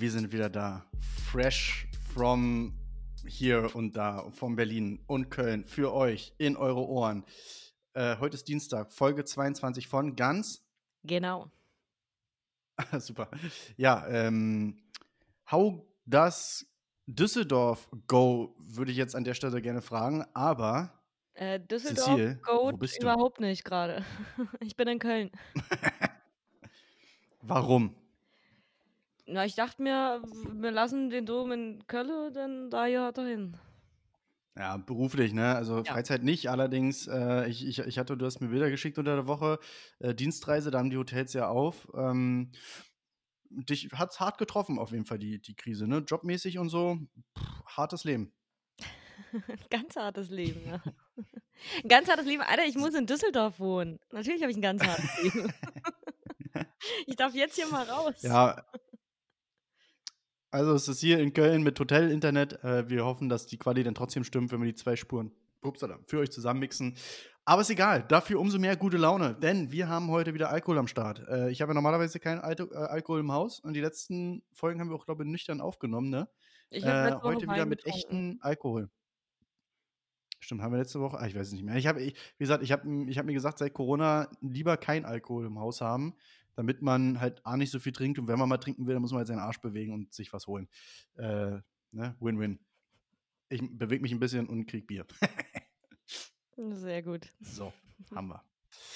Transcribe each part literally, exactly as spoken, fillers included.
wir sind wieder da. Fresh from hier und da, von Berlin und Köln für euch in eure Ohren. Äh, heute ist Dienstag, Folge zweiundzwanzig von Ganz. Genau. Super. Ja, ähm, how does Düsseldorf go, würde ich jetzt an der Stelle gerne fragen, aber Äh, Düsseldorf Cecile, wo goat bist du? überhaupt nicht gerade. Ich bin in Köln. Warum? Na, ich dachte mir, w wir lassen den Dom in Kölle, denn da gehört er hin. Ja, beruflich, ne? Also Ja. Freizeit nicht, allerdings, äh, ich ich ich hatte du hast mir Bilder geschickt unter der Woche, äh, Dienstreise, da haben die Hotels ja auf. Ähm, dich hat's hart getroffen auf jeden Fall die die Krise, ne? Jobmäßig und so, hartes Leben. Ganz hartes Leben, ja. 'N ganz hartes Leben. Alter, ich S muss in Düsseldorf wohnen. Natürlich habe ich 'n ganz hartes Leben. Ich darf jetzt hier mal raus. Ja. Also, es ist hier in Köln mit Hotel, Internet. Äh, wir hoffen, dass die Quali dann trotzdem stimmt, wenn wir die zwei Spuren upsala, für euch zusammenmixen. Aber ist egal, dafür umso mehr gute Laune, denn wir haben heute wieder Alkohol am Start. Äh, ich habe ja normalerweise keinen Alto äh, Alkohol im Haus und die letzten Folgen haben wir auch, glaube ich, nüchtern aufgenommen, ne? Ich habe Äh, letzte Woche heute wieder Wein mit getrunken. echtem Alkohol. Stimmt, haben wir letzte Woche? Ah, ich weiß es nicht mehr. Ich habe ich wie gesagt, ich habe hm, ich habe mir gesagt, seit Corona lieber kein Alkohol im Haus haben, damit man halt A nicht so viel trinkt und wenn man mal trinken will, dann muss man halt seinen Arsch bewegen und sich was holen. Äh, ne, Win-win. Ich bewege mich 'n bisschen und kriege Bier. Sehr gut. So, haben wir.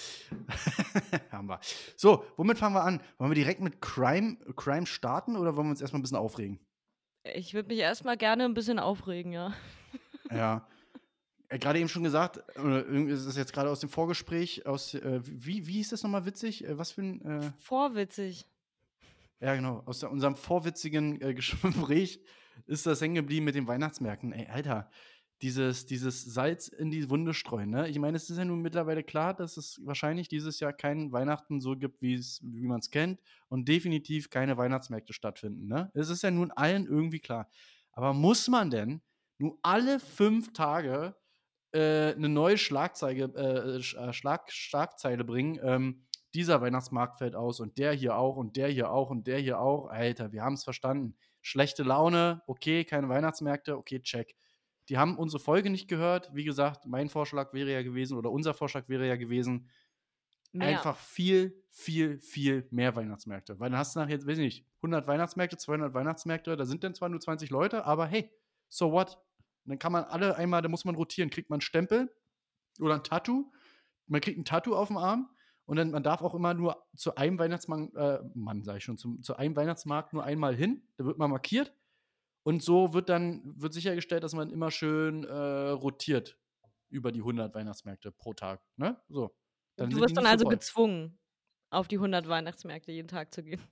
Haben wir. So, womit fangen wir an? Wollen wir direkt mit Crime Crime starten oder wollen wir uns erst mal 'n bisschen aufregen? Ich würde mich erst mal gerne 'n bisschen aufregen, ja. Ja. Äh, grade eben schon gesagt, äh, irgendwie ist es jetzt grade aus dem Vorgespräch aus äh, wie wie hieß das noch mal witzig? Äh, was für 'n, äh Vorwitzig. Ja, genau. Aus der unserem vorwitzigen, äh, Gespräch ist das hängen geblieben mit den Weihnachtsmärkten. Ey, Alter, dieses dieses Salz in die Wunde streuen, ne? Ich meine, es ist ja nun mittlerweile klar, dass es wahrscheinlich dieses Jahr kein Weihnachten so gibt, wie's wie man's kennt und definitiv keine Weihnachtsmärkte stattfinden, ne? Es ist ja nun allen irgendwie klar. Aber muss man denn nun alle fünf Tage, äh, 'ne neue Schlagzeige äh, Sch äh, Schlag Schlagzeile bringen, ähm: „Dieser Weihnachtsmarkt fällt aus und der hier auch und der hier auch und der hier auch.“ Alter, wir haben's verstanden. Schlechte Laune, okay, keine Weihnachtsmärkte, okay, check. Die haben unsere Folge nicht gehört. Wie gesagt, mein Vorschlag wäre ja gewesen oder unser Vorschlag wäre ja gewesen, Mehr. einfach viel, viel, viel mehr Weihnachtsmärkte. Weil dann hast du nachher, weiß ich nicht, hundert Weihnachtsmärkte, zweihundert Weihnachtsmärkte, da sind dann zwar nur zwanzig Leute, aber hey, so what? Dann kann man alle einmal da muss man rotieren, kriegt man 'n Stempel oder 'n Tattoo. Man kriegt 'n Tattoo aufm Arm und dann man darf auch immer nur zu einem Weihnachtsmann äh, Mann, sage ich schon, zum zu einem Weihnachtsmarkt nur einmal hin. Da wird man markiert und so wird dann wird sichergestellt, dass man immer schön, äh, rotiert über die hundert Weihnachtsmärkte pro Tag, ne? So. Dann Du sind die wirst dann nicht so also voll. gezwungen, auf die hundert Weihnachtsmärkte jeden Tag zu gehen?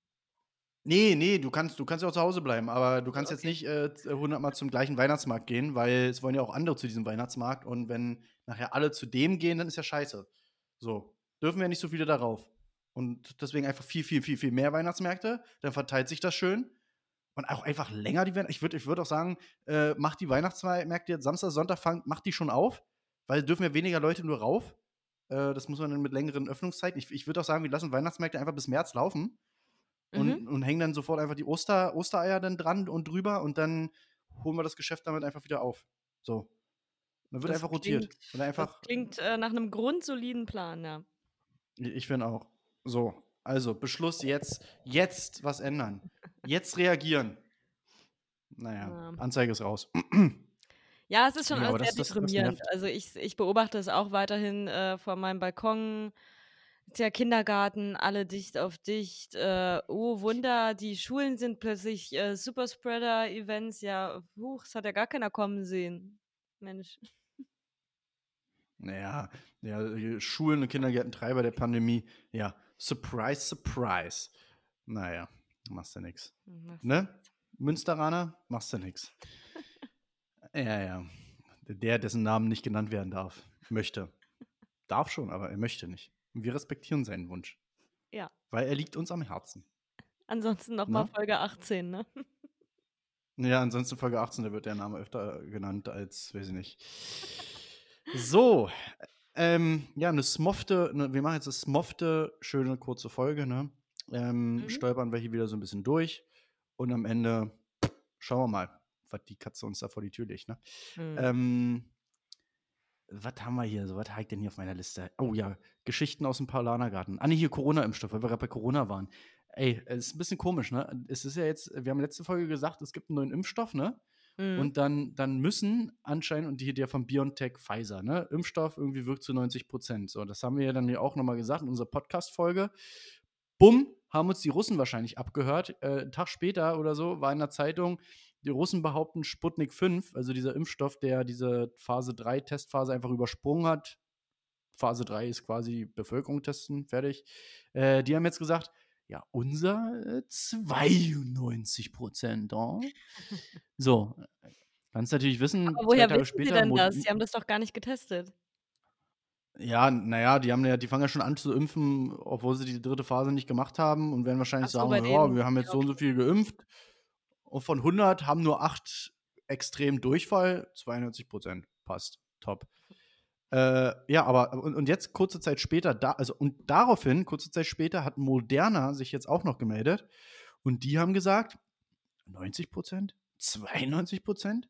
Ne, ne, du kannst du kannst ja auch zu Hause bleiben, aber du Ja, kannst jetzt okay. nicht, äh, z hundert Mal zum gleichen Weihnachtsmarkt gehen, weil es wollen ja auch andere zu diesem Weihnachtsmarkt und wenn nachher alle zu dem gehen, dann ist ja scheiße. So, dürfen ja nicht so viele darauf. Und deswegen einfach viel, viel, viel, viel mehr Weihnachtsmärkte, dann verteilt sich das schön und auch einfach länger die Weihn ich würde ich würde auch sagen, äh, macht die Weihnachtsmai Märkte jetzt Samstag, Sonntag fangen macht die schon auf, weil dürfen ja weniger Leute nur rauf. Äh, das muss man dann mit längeren Öffnungszeiten ich ich würde auch sagen, wir lassen Weihnachtsmärkte einfach bis März laufen Mhm. und und hängen dann sofort einfach die Oster Ostereier dann dran und drüber und dann holen wir das Geschäft damit einfach wieder auf. So. Dann wird Das einfach rotiert. klingt Und das einfach klingt, äh, nach 'nem grundsoliden Plan, ja. I ich finde auch. So, also Beschluss jetzt jetzt was ändern. Jetzt reagieren. Na ja, Ja. Anzeige ist raus. Ja, es ist schon Ne, alles aber sehr das das das deprimierend. nervt. Also, ich ich beobachte es auch weiterhin, äh, von meinem Balkon. Der Kindergarten, alle dicht auf dicht. Äh, oh Wunder, die Schulen sind plötzlich, äh, Superspreader-Events. Ja, huch, es hat ja gar keiner kommen sehen. Mensch. Na ja, ja, äh, Schulen und Kindergärten Treiber der Pandemie. Ja, surprise, surprise. Na ja, machst du nix. Machst du Ne? nix. Münsteraner, machst du nix. Ja, ja. Der, dessen Namen nicht genannt werden darf möchte. Darf schon, aber er möchte nicht. Und wir respektieren seinen Wunsch. Ja. Weil er liegt uns am Herzen. Ansonsten noch mal Ne? Folge achtzehn, ne? Ja, ansonsten Folge achtzehn, da wird der Name öfter genannt als weiß ich nicht. So, ähm, ja, 'ne smofte ne, wir machen jetzt 'ne smofte, schöne, kurze Folge, ne? Ähm, Mhm. stolpern wir hier wieder so 'n bisschen durch Und am Ende schauen wir mal, was die Katze uns da vor die Tür legt, ne? Mhm. Ähm, was haben wir hier so? Was habe ich denn hier auf meiner Liste? Oh ja, Geschichten aus dem Paulanergarten. Ah, ne, hier Corona-Impfstoff, weil wir gerade bei Corona waren. Ey, es ist ein bisschen komisch, ne? Es ist ja jetzt wir haben letzte Folge gesagt, es gibt einen neuen Impfstoff, ne? Mhm. Und dann dann müssen anscheinend und hier der von BioNTech, Pfizer, ne? Impfstoff irgendwie wirkt zu neunzig Prozent. So, das haben wir ja dann ja auch noch mal gesagt in unserer Podcast-Folge. Bumm, haben uns die Russen wahrscheinlich abgehört. Äh, 'n Tag später oder so war in der Zeitung, die Russen behaupten, Sputnik fünf, also dieser Impfstoff, der diese Phase drei Testphase einfach übersprungen hat. Phase drei ist quasi Bevölkerung testen, fertig. Äh, die haben jetzt gesagt, ja, unser äh, zweiundneunzig Prozent. Oh. So, äh, kannst natürlich wissen, Aber zwei woher Tage wissen Sie später, denn Mod das? Sie haben das doch gar nicht getestet. ja, naja, die haben ja die fangen ja schon an zu impfen, obwohl sie die dritte Phase nicht gemacht haben und werden Ach wahrscheinlich so, sagen: bei „Ja, denen. wir haben Ja, jetzt so und so okay. viel geimpft und von hundert haben nur acht extrem Durchfall, zweiundneunzig Prozent passt, top.“ Äh, ja, aber und und jetzt kurze Zeit später da also und daraufhin, kurze Zeit später, hat Moderna sich jetzt auch noch gemeldet und die haben gesagt: „neunzig Prozent? zweiundneunzig Prozent?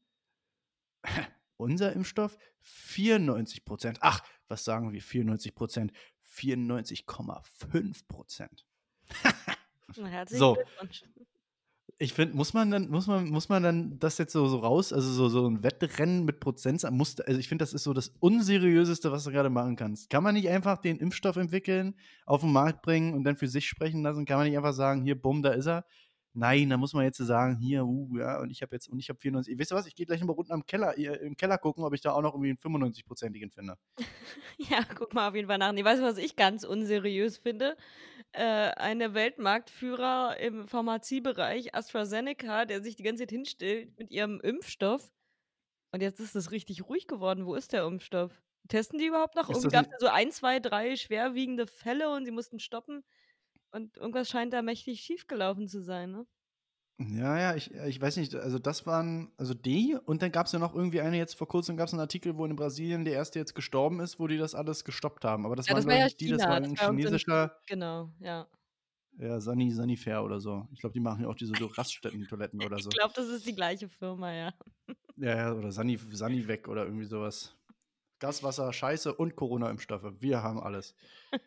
Unser Impfstoff vierundneunzig Prozent. Ach, was sagen wir? vierundneunzig Prozent. vierundneunzig Komma fünf Prozent. Na, herzlichen So, Glückwunsch. ich finde, muss man dann, muss man, muss man dann das jetzt so, so raus, also so, so ein Wettrennen mit Prozentzahlen, muss, also ich finde, das ist so das Unseriöseste, was du gerade machen kannst. Kann man nicht einfach den Impfstoff entwickeln, auf den Markt bringen und dann für sich sprechen lassen? Kann man nicht einfach sagen, hier, bumm, da ist er? Nein, da muss man jetzt so sagen, hier, uh, ja, und ich habe jetzt, und ich habe vierundneunzig. Weißt du was, ich gehe gleich mal unten am Keller, äh, im Keller gucken, ob ich da auch noch irgendwie einen fünfundneunzig-prozentigen finde. Ja, guck mal auf jeden Fall nach. Ne, weißt du, was ich ganz unseriös finde? Äh, ein der Weltmarktführer im Pharmaziebereich, AstraZeneca, der sich die ganze Zeit hinstellt mit ihrem Impfstoff. Und jetzt ist es richtig ruhig geworden. Wo ist der Impfstoff? Testen die überhaupt noch? Ist Irgendwie das gab's nicht, ja so ein, zwei, drei schwerwiegende Fälle und sie mussten stoppen und irgendwas scheint da mächtig schiefgelaufen zu sein, ne? ja, ja, ich, äh, ich weiß nicht, also das waren, also die, und dann gab es ja noch irgendwie eine, jetzt vor kurzem gab es einen Artikel, wo in Brasilien der erste jetzt gestorben ist, wo die das alles gestoppt haben. Aber das Ja, waren, das war glaube ich, ja nicht die, das war China. Das ein war irgend so 'n Chi chinesischer, genau, ja. ja, Sani, Sanifair oder so. Ich glaube, die machen ja auch diese so Raststätten-Toiletten oder Ich so. glaube, das ist die gleiche Firma, ja. Ja, ja, oder Sani, Saniweg oder irgendwie sowas. Gaswasser, Scheiße und Corona-Impfstoffe. Wir haben alles.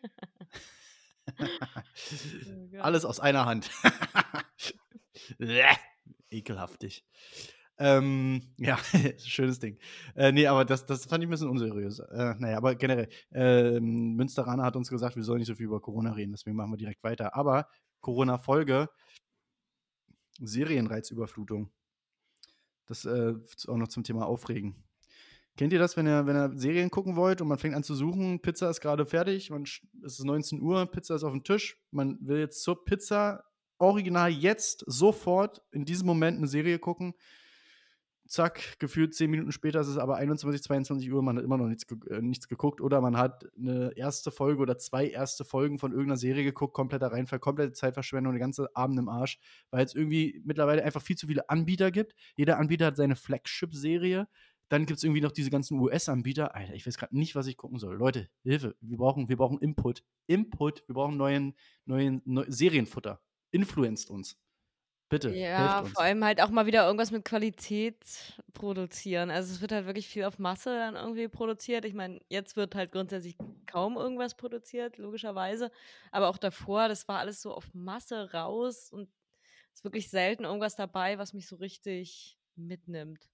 Oh Gott. Alles aus einer Hand. Bäh, ekelhaftig. Ähm, ja, schönes Ding. Äh, ne, aber das das fand ich 'n bisschen unseriös. Äh, na ja, aber generell, ähm, Münsteraner hat uns gesagt, wir sollen nicht so viel über Corona reden, deswegen machen wir direkt weiter. Aber Corona-Folge, Serienreizüberflutung. Das, äh, auch noch zum Thema Aufregen. Kennt ihr das, wenn ihr wenn ihr Serien gucken wollt und man fängt an zu suchen, Pizza ist gerade fertig, man sch es ist neunzehn Uhr, Pizza ist aufm Tisch, man will jetzt zur Pizza original jetzt sofort in diesem Moment 'ne Serie gucken. Zack, gefühlt zehn Minuten später ist es aber einundzwanzig, zweiundzwanzig Uhr, man hat immer noch nichts, ge äh, nichts geguckt oder man hat eine erste Folge oder zwei erste Folgen von irgendeiner Serie geguckt, kompletter Reinfall, komplette Zeitverschwendung, der ganze Abend im Arsch, weil es irgendwie mittlerweile einfach viel zu viele Anbieter gibt. Jeder Anbieter hat seine Flagship-Serie. Dann gibt es irgendwie noch diese ganzen U S-Anbieter. Alter, ich weiß gerade nicht, was ich gucken soll. Leute, Hilfe, wir brauchen wir brauchen Input. Input, wir brauchen neuen neuen neu Serienfutter. Influenzt uns. Bitte, helft Ja, vor uns. allem halt auch mal wieder irgendwas mit Qualität produzieren. Also, es wird halt wirklich viel auf Masse dann irgendwie produziert. Ich meine, jetzt wird halt grundsätzlich kaum irgendwas produziert, logischerweise. Aber auch davor, das war alles so auf Masse raus und ist wirklich selten irgendwas dabei, was mich so richtig mitnimmt.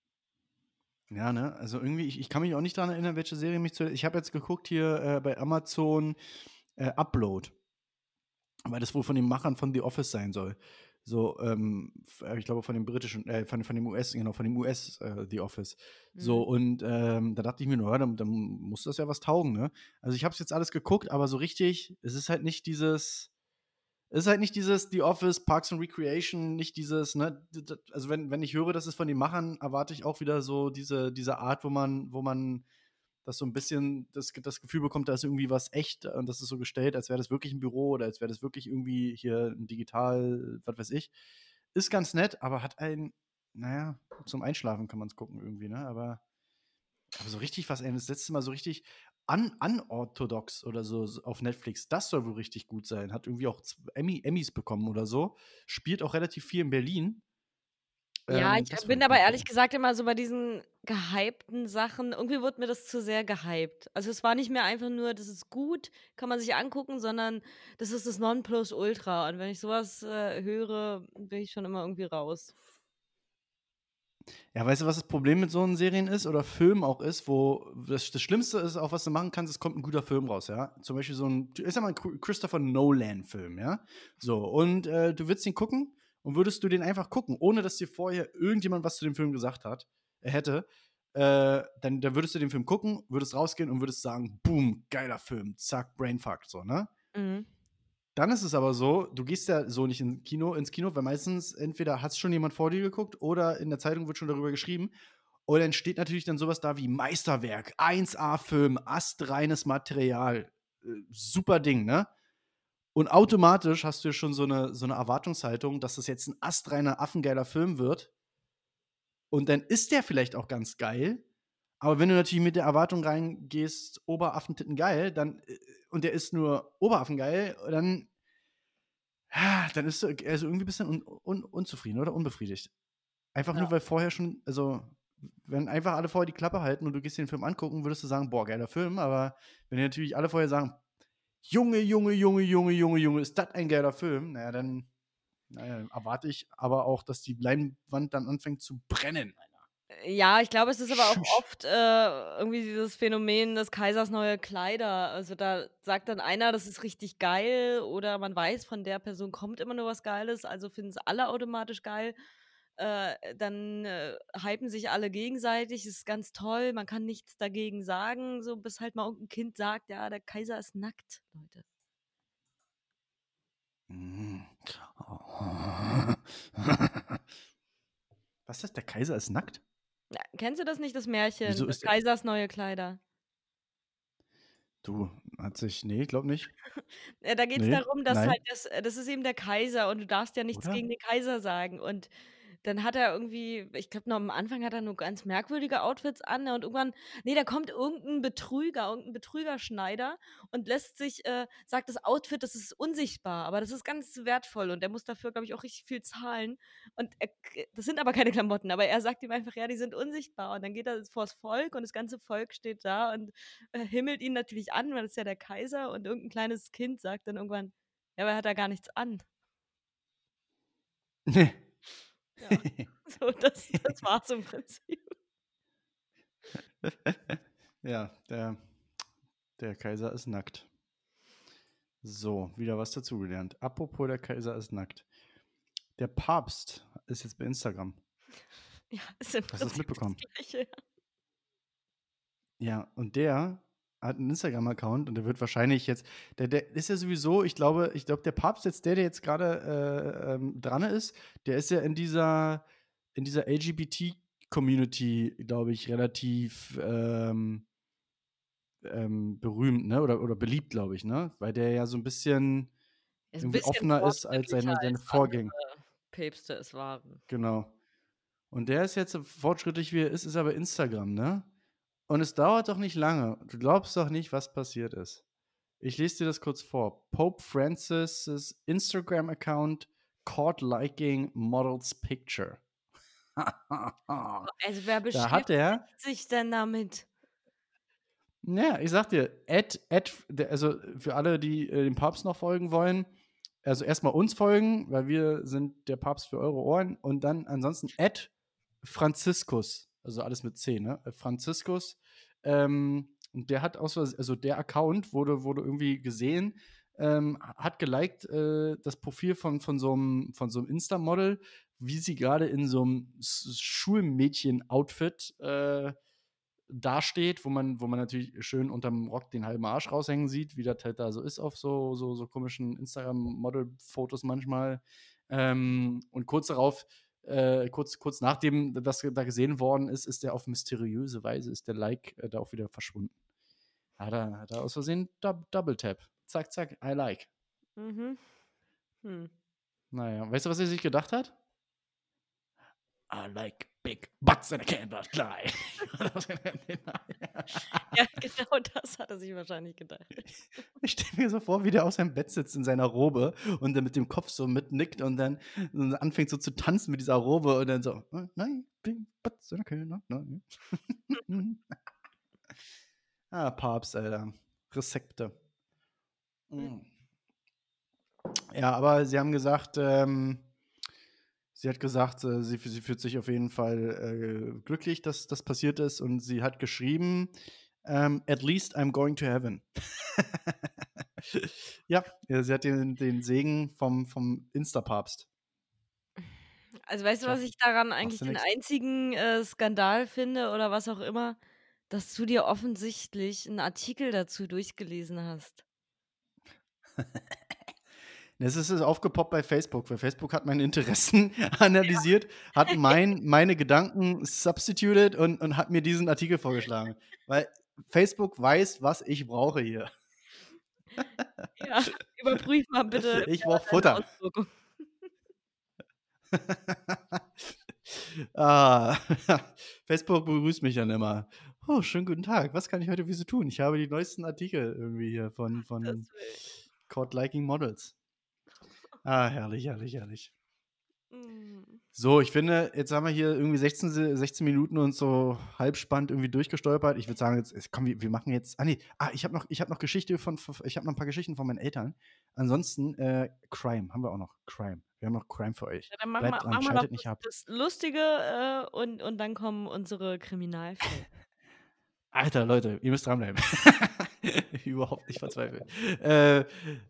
Ja, ne? Also irgendwie, ich, ich kann mich auch nicht daran erinnern, welche Serie mich zu. Ich habe jetzt geguckt hier äh, bei Amazon äh, Upload, weil das wohl von den Machern von The Office sein soll. So, ähm, f- äh, ich glaube von dem britischen, äh, von, von dem U S, genau, von dem U S äh, The Office. So, Mhm. und ähm, da dachte ich mir, naja, dann, dann muss das ja was taugen, ne? Also ich habe es jetzt alles geguckt, aber so richtig, es ist halt nicht dieses. Es ist halt nicht dieses The Office, Parks and Recreation, nicht dieses, ne, d d also wenn wenn ich höre, das ist von den Machern, erwarte ich auch wieder so diese diese Art, wo man wo man das so ein bisschen das das Gefühl bekommt, da ist irgendwie was echt und das ist so gestellt, als wäre das wirklich ein Büro oder als wäre das wirklich irgendwie hier 'n digital, was weiß ich. Ist ganz nett, aber hat einen, naja, zum Einschlafen kann man es gucken irgendwie, ne? Aber aber so richtig was ey, das letzte Mal so richtig Un Unorthodox oder so s auf Netflix. Das soll wohl richtig gut sein. Hat irgendwie auch z Emmy Emmys bekommen oder so. Spielt auch relativ viel in Berlin. Ja, Ähm, ich, äh, das wollte bin ich aber mal ehrlich gucken. gesagt immer so bei diesen gehypten Sachen irgendwie wurde mir das zu sehr gehypt. Also, es war nicht mehr einfach nur: „Das ist gut, kann man sich angucken“, sondern das ist das Nonplusultra. Und wenn ich so was, äh, höre, bin ich schon immer irgendwie raus. Ja, weißt du, was das Problem mit so 'nen Serien ist oder Filmen auch ist, wo das das Schlimmste ist auch, was du machen kannst, es kommt 'n guter Film raus, ja? Zum Beispiel so 'n ich sage mal, 'n Chr Christopher Nolan-Film, ja? So, und, äh, du willst ihn gucken und würdest du den einfach gucken, ohne dass dir vorher irgendjemand was zu dem Film gesagt hat äh, hätte, äh, dann dann würdest du den Film gucken, würdest rausgehen und würdest sagen: „Boom, geiler Film, zack, Brainfuck“, so, ne? Mhm. Dann ist es aber so, du gehst ja so nicht in Kino ins Kino, weil meistens entweder hat's schon jemand vor dir geguckt oder in der Zeitung wird schon darüber geschrieben. Und dann steht natürlich dann so was da wie Meisterwerk, eins A-Film, astreines Material, äh, super Ding, ne? Und automatisch hast du ja schon so 'ne so 'ne Erwartungshaltung, dass das jetzt 'n astreiner, affengeiler Film wird. Und dann ist der vielleicht auch ganz geil, aber wenn du natürlich mit der Erwartung reingehst, Oberaffentitten geil, dann äh, und der ist nur Oberaffengeil, dann dann ist du also, irgendwie bisschen un un unzufrieden oder unbefriedigt. Einfach Ja. nur, weil vorher schon also, wenn einfach alle vorher die Klappe halten und du gehst dir den Film angucken, würdest du sagen: „Boah, geiler Film“, aber wenn dir natürlich alle vorher sagen: „Junge, Junge, Junge, Junge, Junge, Junge, ist das ein geiler Film“, na ja, dann na ja, erwarte ich aber auch, dass die Leinwand dann anfängt zu brennen, Alter. Äh, ja, ich glaube, es ist aber auch Tschüss. oft, äh, irgendwie dieses Phänomen des Kaisers neue Kleider. Also, da sagt dann einer, das ist richtig geil oder man weiß, von der Person kommt immer nur was Geiles, also finden's alle automatisch geil. Äh, dann, äh, hypen sich alle gegenseitig, ist ganz toll, man kann nichts dagegen sagen, so bis halt mal irgend 'n Kind sagt: „Ja, der Kaiser ist nackt“, Leute. Mhm. Was ist, der Kaiser ist nackt? Ja, kennst du das nicht, das Märchen, Wieso des ist der Kaisers neue Kleider? Du, hat sich ne, glaube nicht. Äh, da geht's Ne, darum, dass halt nein. das äh, das ist eben der Kaiser und du darfst ja nichts Oder? gegen den Kaiser sagen. Und dann hat er irgendwie ich glaube noch am Anfang hat er nur ganz merkwürdige Outfits an, ne, und irgendwann ne, da kommt irgend 'n Betrüger, irgend 'n Betrügerschneider und lässt sich äh, sagt, das Outfit, das ist unsichtbar, aber das ist ganz wertvoll und der muss dafür, glaube ich, auch richtig viel zahlen. Und er k das sind aber keine Klamotten, aber er sagt ihm einfach: „Ja, die sind unsichtbar.“ Und dann geht er vors Volk und das ganze Volk steht da und, äh, himmelt ihn natürlich an, weil das ist ja der Kaiser und irgend 'n kleines Kind sagt dann irgendwann: „Ja, aber er hat ja gar nichts an.“ Ne. Ja, so das das war's im Prinzip. Ja, der der Kaiser ist nackt. So, wieder was dazugelernt. Apropos der Kaiser ist nackt. Der Papst ist jetzt bei Instagram. Ja, ist im Hast du das Prinzip das mitbekommen? Gleiche, ja. Ja, und der hat 'n Instagram-Account und der wird wahrscheinlich jetzt der der ist ja sowieso ich glaube ich glaube, der Papst jetzt der, der jetzt grade, äh, ähm, dran ist, der ist ja in dieser in dieser LGBT-Community, glaube ich, relativ, ähm ähm, berühmt, ne, oder oder beliebt, glaube ich, ne? Weil der ja so 'n bisschen Er ist 'n irgendwie bisschen offener ist als fortschrittlicher seine seine als andere Vorgäng Päpste es waren. Genau. Und der ist jetzt so fortschrittlich, wie er ist, ist er bei Instagram, ne? Und es dauert doch nicht lange. Du glaubst doch nicht, was passiert ist. Ich lese dir das kurz vor. Pope Francis' Instagram-Account caught liking model's picture. Also, wer Da hat beschäftigt er sich denn damit? Ja, ich sage dir, Ad Ad der also, für alle, die, äh, dem Papst noch folgen wollen also, erst mal uns folgen, weil wir sind der Papst für eure Ohren und dann ansonsten @Franziskus, also, alles mit C, ne? Franziskus. Ähm, und der hat aus vers also, der Account wurde wurde irgendwie gesehen, ähm, ha hat geliked, äh, das Profil von von so 'm von so 'm Insta-Model, wie sie grade in so 'm S Schulmädchen-Outfit, äh, dasteht, wo man wo man natürlich schön unterm Rock den halben Arsch raushängen sieht, wie das halt da so ist auf so so so komischen Instagram-Model-Fotos manchmal. Ähm, und kurz darauf äh, kurz kurz nachdem das da gesehen worden ist, ist der auf mysteriöse Weise ist der Like, äh, da auch wieder verschwunden. Hat er hat er aus Versehen Doub Double Tap. Zack, zack, I like. Mhm. Hm. Na ja, weißt du, was er sich gedacht hat? I like. Big butts and I cannot lie. Ja, genau das hat er sich wahrscheinlich gedacht. Ich stelle mir so vor, wie der auf seinem Bett sitzt in seiner Robe und dann mit dem Kopf so mitnickt und dann so anfängt so zu tanzen mit dieser Robe und dann so: „Äh, nein, big butts and I cannot lie.“ Ah, Papst, Alter. Resekte. Mhm. Ja, aber sie haben gesagt, ähm sie hat gesagt, äh, sie sie fühlt sich auf jeden Fall, äh, glücklich, dass das passiert ist und sie hat geschrieben, ähm: „At least I'm going to heaven.“ Ja, ja, sie hat den den Segen vom vom Insta-Papst. Also, weißt du, Tja, was ich daran machst eigentlich du den nix. einzigen, äh, Skandal finde oder was auch immer, dass du dir offensichtlich 'n Artikel dazu durchgelesen hast. Es ist es aufgepoppt bei Facebook, weil Facebook hat meine Interessen analysiert, hat mein meine Gedanken substituted und und hat mir diesen Artikel vorgeschlagen. Weil Facebook weiß, was ich brauche hier. Ja, überprüf mal bitte im Ich brauche Browser Futter. Auswirkungen. Ah, Facebook begrüßt mich dann immer. „Oh, schönen guten Tag. Was kann ich heute für Sie tun? Ich habe die neuesten Artikel irgendwie hier von von Gottes Willen. Caught Liking Models.“ Ah, herrlich, herrlich, herrlich. Mhm. So, ich finde, jetzt haben wir hier irgendwie sechzehn Se sechzehn Minuten uns so halbspannend irgendwie durchgestolpert. Ich würde sagen, jetzt jetzt komm, wir wir machen jetzt ah ne, ah, ich habe noch ich habe noch Geschichte von v ich habe noch 'n paar Geschichten von meinen Eltern. Ansonsten, äh, Crime haben wir auch noch. Crime. Wir haben noch Crime für euch. Ja, dann mach mal Bleibt dran, mach mal noch schaltet nicht das ab. das Lustige, äh, und und dann kommen unsere Kriminalfälle. Alter, Leute, ihr müsst dranbleiben. Überhaupt nicht verzweifeln. Äh,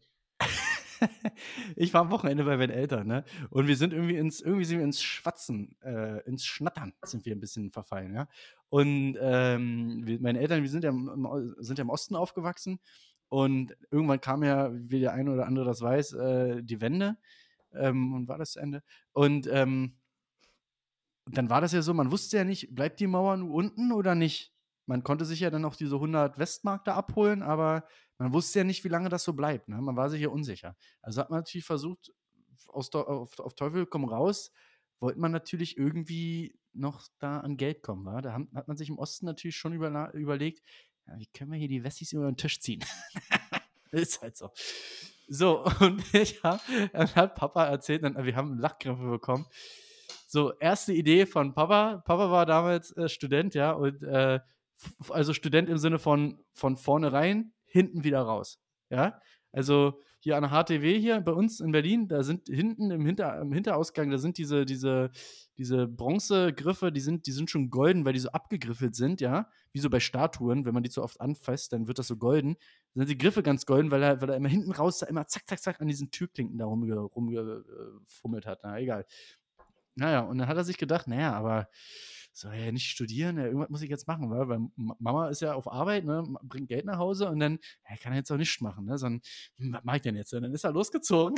ich war am Wochenende bei meinen Eltern, ne? Und wir sind irgendwie ins irgendwie sind wir ins Schwatzen, äh, ins Schnattern sind wir 'n bisschen verfallen, ja? Und, ähm, wir meine Eltern, wir sind ja im im O sind ja im Osten aufgewachsen und irgendwann kam ja, wie der eine oder andere das weiß, äh, die Wende, ähm, und war das zu Ende. Und, ähm und dann war das ja so, man wusste ja nicht, bleibt die Mauer nur unten oder nicht? Man konnte sich ja dann noch diese hundert Westmark da abholen, aber man wusste ja nicht, wie lange das so bleibt, ne? Man war sich ja unsicher. Also hat man natürlich versucht, aus Teu auf auf Teufel komm raus, wollte man natürlich irgendwie noch da an Geld kommen, wa? Da haben hat man sich im Osten natürlich schon überla überlegt: „Ja, wie können wir hier die Wessis über den Tisch ziehen?“ Ist halt so. So, und ich habe dann hat Papa erzählt, dann wir haben Lachkrämpfe bekommen. So, erste Idee von Papa. Papa war damals, äh, Student, ja, und, äh, f also Student im Sinne von von vorne rein, hinten wieder raus, ja? Also, hier an der H T W hier bei uns in Berlin, da sind hinten im Hinter im Hinterausgang, da sind diese diese diese Bronzegriffe, die sind die sind schon golden, weil die so abgegriffelt sind, ja, wie so bei Statuen. Wenn man die zu oft anfasst, dann wird das so golden. Dann sind die Griffe ganz golden, weil er weil er immer hinten raus da immer zack, zack, zack an diesen Türklinken da rumge rumge äh, fummelt hat. Na, egal. Na ja, und dann hat er sich gedacht: „Na ja, aber soll er ja nicht studieren? Ja, irgendwas muss ich jetzt machen, wa? Weil M Mama ist ja auf Arbeit, ne, m bringt Geld nach Hause und dann ja, kann er jetzt auch nichts machen, ne? Sondern hm, was mache ich denn jetzt?“ Und dann ist er losgezogen.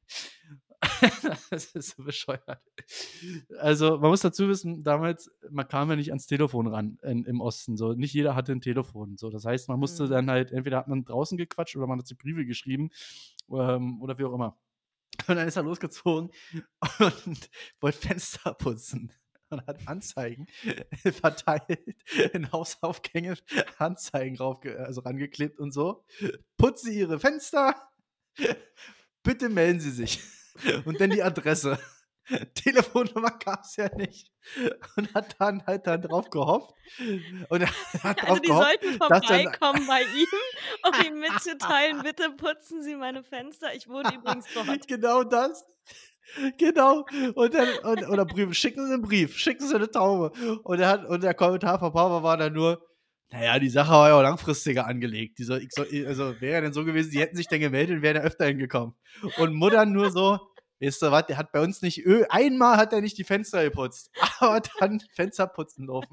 Das ist so bescheuert. Also, man muss dazu wissen, damals, man kam ja nicht ans Telefon ran in im Osten so. Nicht jeder hatte 'n Telefon, so. Das heißt, man musste Mhm. dann halt entweder hat man draußen gequatscht oder man hat sich Briefe geschrieben, ähm, oder wie auch immer. Und dann ist er losgezogen und wollte Fenster putzen und hat Anzeigen verteilt, in Hausaufgänge Anzeigen raufge also rangeklebt und so: „Putzen Sie Ihre Fenster, bitte melden Sie sich.“ Und dann die Adresse. Telefonnummer gab's ja nicht und hat dann halt da drauf gehofft und er hat Also, drauf die gehofft, sollten dass dann vorbeikommen bei ihm, um ihm mitzuteilen: „Bitte putzen Sie meine Fenster. Ich wohne übrigens dort.“ genau das. Genau. Und dann und oder Brief schicken Sie 'n Brief, schicken Sie 'ne Taube. Und er hat und der Kommentar von Papa war dann nur: „Na ja, die Sache war ja auch langfristiger angelegt. Die soll ich soll i also, wäre ja dann so gewesen, die hätten sich dann gemeldet und wären dann öfter hingekommen.“ Und Mutter nur so: „Weißt du was, der hat bei uns nicht Öl einmal hat er nicht die Fenster geputzt, aber dann Fenster putzen dürfen.“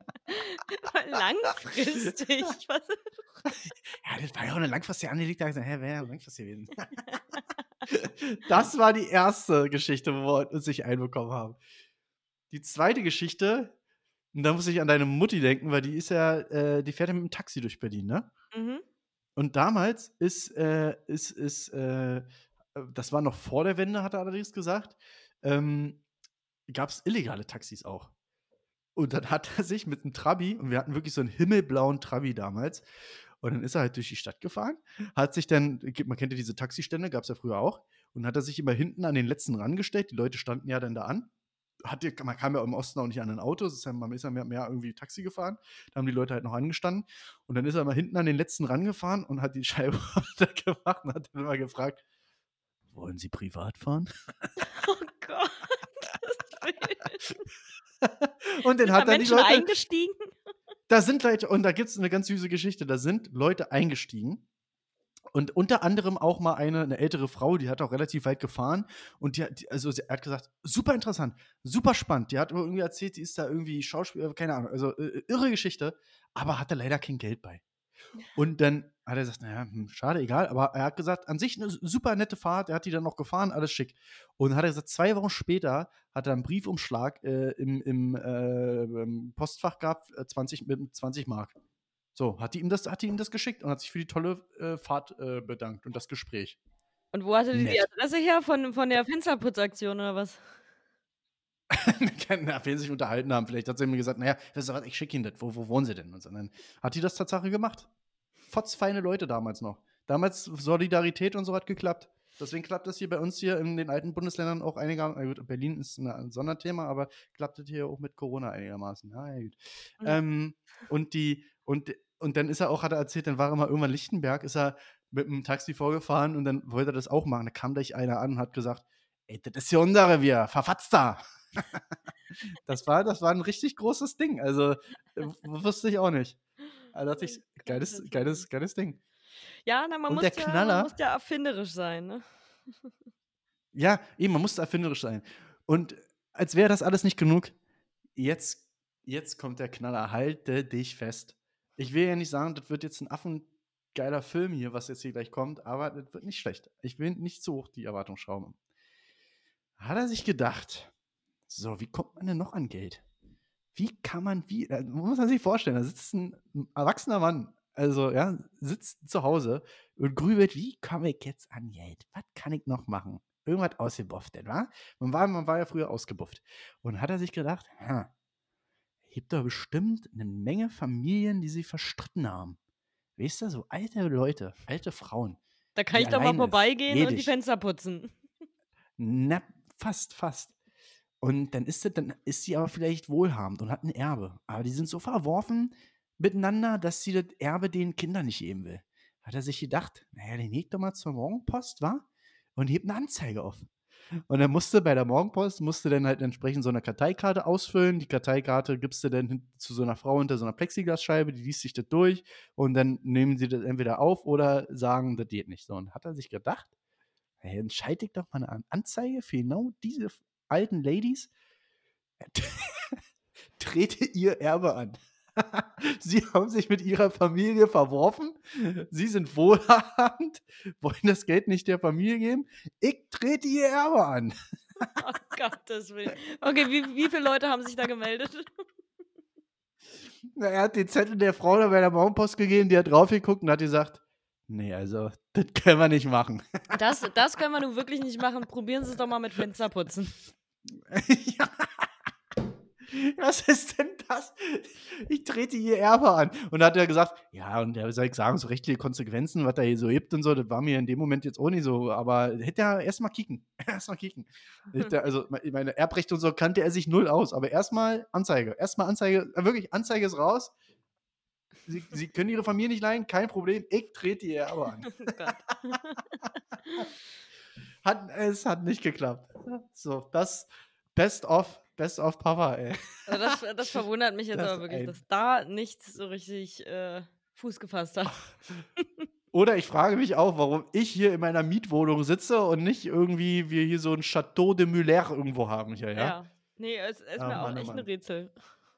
Langfristig, was? Ja, das war ja auch 'ne langfristig angelegte Aktion. Hä, wäre ja langfristig gewesen. Das war die erste Geschichte, wo wir uns nicht einbekommen haben. Die zweite Geschichte, und da muss ich an deine Mutti denken, weil die ist ja äh, die fährt ja mit'm Taxi durch Berlin, ne? Mhm. Und damals ist äh, ist ist äh, das war noch vor der Wende, hat er allerdings gesagt, ähm, gab's illegale Taxis auch. Und dann hat er sich mit 'nem Trabi und wir hatten wirklich so 'n himmelblauen Trabi damals. Und dann ist er halt durch die Stadt gefahren, hat sich dann g man kennt ja diese Taxistände, gab's ja früher auch. Und dann hat er sich immer hinten an den letzten rangestellt. Die Leute standen ja dann da an. Hat ja man kam ja im Osten auch nicht an 'nen Auto. Es ist ja man ist ja mehr mehr irgendwie Taxi gefahren. Da haben die Leute halt noch angestanden. Und dann ist er immer hinten an den letzten rangefahren und hat die Scheibe runtergemacht und hat dann immer gefragt: „Wollen Sie privat fahren?“ Oh Gott, Willen. Und dann Sind da hat er die Menschen Leute eingestiegen? Da sind Leute und da gibt's 'ne ganz süße Geschichte. Da sind Leute eingestiegen und unter anderem auch mal eine 'ne ältere Frau, die hat auch relativ weit gefahren und die hat die also, er hat gesagt: „Super interessant, super spannend.“ Die hat aber irgendwie erzählt, die ist da irgendwie Schauspiel keine Ahnung, also, i irre Geschichte, aber hatte leider kein Geld bei. Und dann hat er gesagt: „Na ja, hm, schade, egal.“ Aber er hat gesagt, an sich 'ne s super nette Fahrt. Er hat die dann noch gefahren, alles schick. Und dann hat er gesagt, zwei Wochen später hat er 'n Briefumschlag, äh, im im, äh, ähm, Postfach gehabt, äh, zwanzig mit zwanzig Mark. So, hat die ihm das hat die ihm das geschickt und hat sich für die tolle, äh, Fahrt, äh, bedankt und das Gespräch. Und wo hatte die die Nett. Adresse her? Von von der Fensterputzaktion oder was? Na, werden sich unterhalten haben. Vielleicht hat sie mir gesagt: „Na ja, weißt du was, ich schicke Ihnen das. Wo wo wohnen Sie denn?“ Und so, dann hat die das Tatsache gemacht. Fotzfeine Leute damals noch. Damals Solidarität und so hat geklappt. Deswegen klappt das hier bei uns hier in den alten Bundesländern auch einiger na gut, Berlin ist 'ne 'n Sonderthema, aber klappt das hier auch mit Corona einigermaßen. Na ja, gut. Ja. Ähm, und die und und dann ist er auch hat er erzählt, dann war er mal irgendwann Lichtenberg, ist er mit 'm Taxi vorgefahren und dann wollte er das auch machen. Da kam gleich einer an und hat gesagt: „Ey, das ist hier unser Revier, verfatzt da!“ Das war das war 'n richtig großes Ding. Also, äh, w wusste ich auch nicht. Da dachte Oh ich: „Geiles Gottes Willen. geiles geiles Ding.“ Ja, na, man Und muss der ja man muss Knaller ja erfinderisch sein, ne? Ja, eben, man musste erfinderisch sein. Und als wäre das alles nicht genug, jetzt jetzt kommt der Knaller. Halte dich fest. Ich will ja nicht sagen, das wird jetzt 'n affengeiler Film hier, was jetzt hier gleich kommt, aber das wird nicht schlecht. Ich will nicht zu hoch die Erwartung schrauben. Hat er sich gedacht: „So, wie kommt man denn noch an Geld? Wie kann man wie“ äh, muss man sich vorstellen, da sitzt 'n 'n erwachsener Mann, also, ja, sitzt zu Hause und grübelt: „Wie komme ich jetzt an Geld? Was kann ich noch machen?“ Irgendwas ausgebufftet, wa? Man war man war ja früher ausgebufft. Und hat er sich gedacht: „Ha, gibt doch bestimmt 'ne Menge Familien, die sich verstritten haben.“ Weißt du, so alte Leute, alte Frauen, Da kann die ich doch mal alleine ist, vorbeigehen und die ledig. Fenster putzen. Na, fast, fast. Und dann ist sie dann ist sie aber vielleicht wohlhabend und hat 'n Erbe. Aber die sind so verworfen miteinander, dass sie das Erbe den Kindern nicht geben will. Hat er sich gedacht: „Na ja, dann gehe ich doch mal zur Morgenpost, wa? Und hebe 'ne Anzeige auf.“ Und er musste bei der Morgenpost musste dann halt entsprechend so 'ne Karteikarte ausfüllen. Die Karteikarte gibst du dann hin zu so 'ner Frau hinter so 'ner Plexiglasscheibe, die liest sich das durch und dann nehmen sie das entweder auf oder sagen, das geht nicht. So, und hat er sich gedacht: „Hey, dann schalte ich doch mal 'ne An Anzeige für genau diese f alten Ladies, trete ihr Erbe an. Sie haben sich mit ihrer Familie verworfen. Sie sind wohlhabend, wollen das Geld nicht der Familie geben. Ich trete ihr Erbe an.“ Oh Gottes Willen. Okay, wie wie viele Leute haben sich da gemeldet? Na, er hat den Zettel der Frau da bei der Morgenpost gegeben, die hat drauf geguckt und hat gesagt: „Ne, also, das können wir nicht machen.“ Das das können wir nun wirklich nicht machen. Probieren Sie's doch mal mit Fensterputzen. Ja. Was ist denn das? „Ich trete ihr Erbe an.“ Und da hat er gesagt: „Ja, und ja, wie soll ich sagen, so rechtliche Konsequenzen, was da hier so gibt und so, das war mir in dem Moment jetzt auch nicht so, aber hätte er erst mal kicken, erst mal kicken.“ Hätte also, mei meine Erbrecht und so kannte er sich null aus, aber erst mal Anzeige. Erst mal Anzeige äh, wirklich, Anzeige ist raus. Sie Sie können Ihre Familie nicht leihen, kein Problem. Ich trete ihr Erbe an. Oh Gott. Hat es hat nicht geklappt. So, das Best of Best of Papa, ey. Also, das das verwundert mich jetzt Das aber wirklich, ein dass da nichts so richtig, äh, Fuß gefasst hat. Oder ich frage mich auch, warum ich hier in meiner Mietwohnung sitze und nicht irgendwie wir hier so 'n Château de Mulaire irgendwo haben hier, ja? Ja. Ne, es ist Ah, mir auch Mann, oh echt 'n Mann. Rätsel.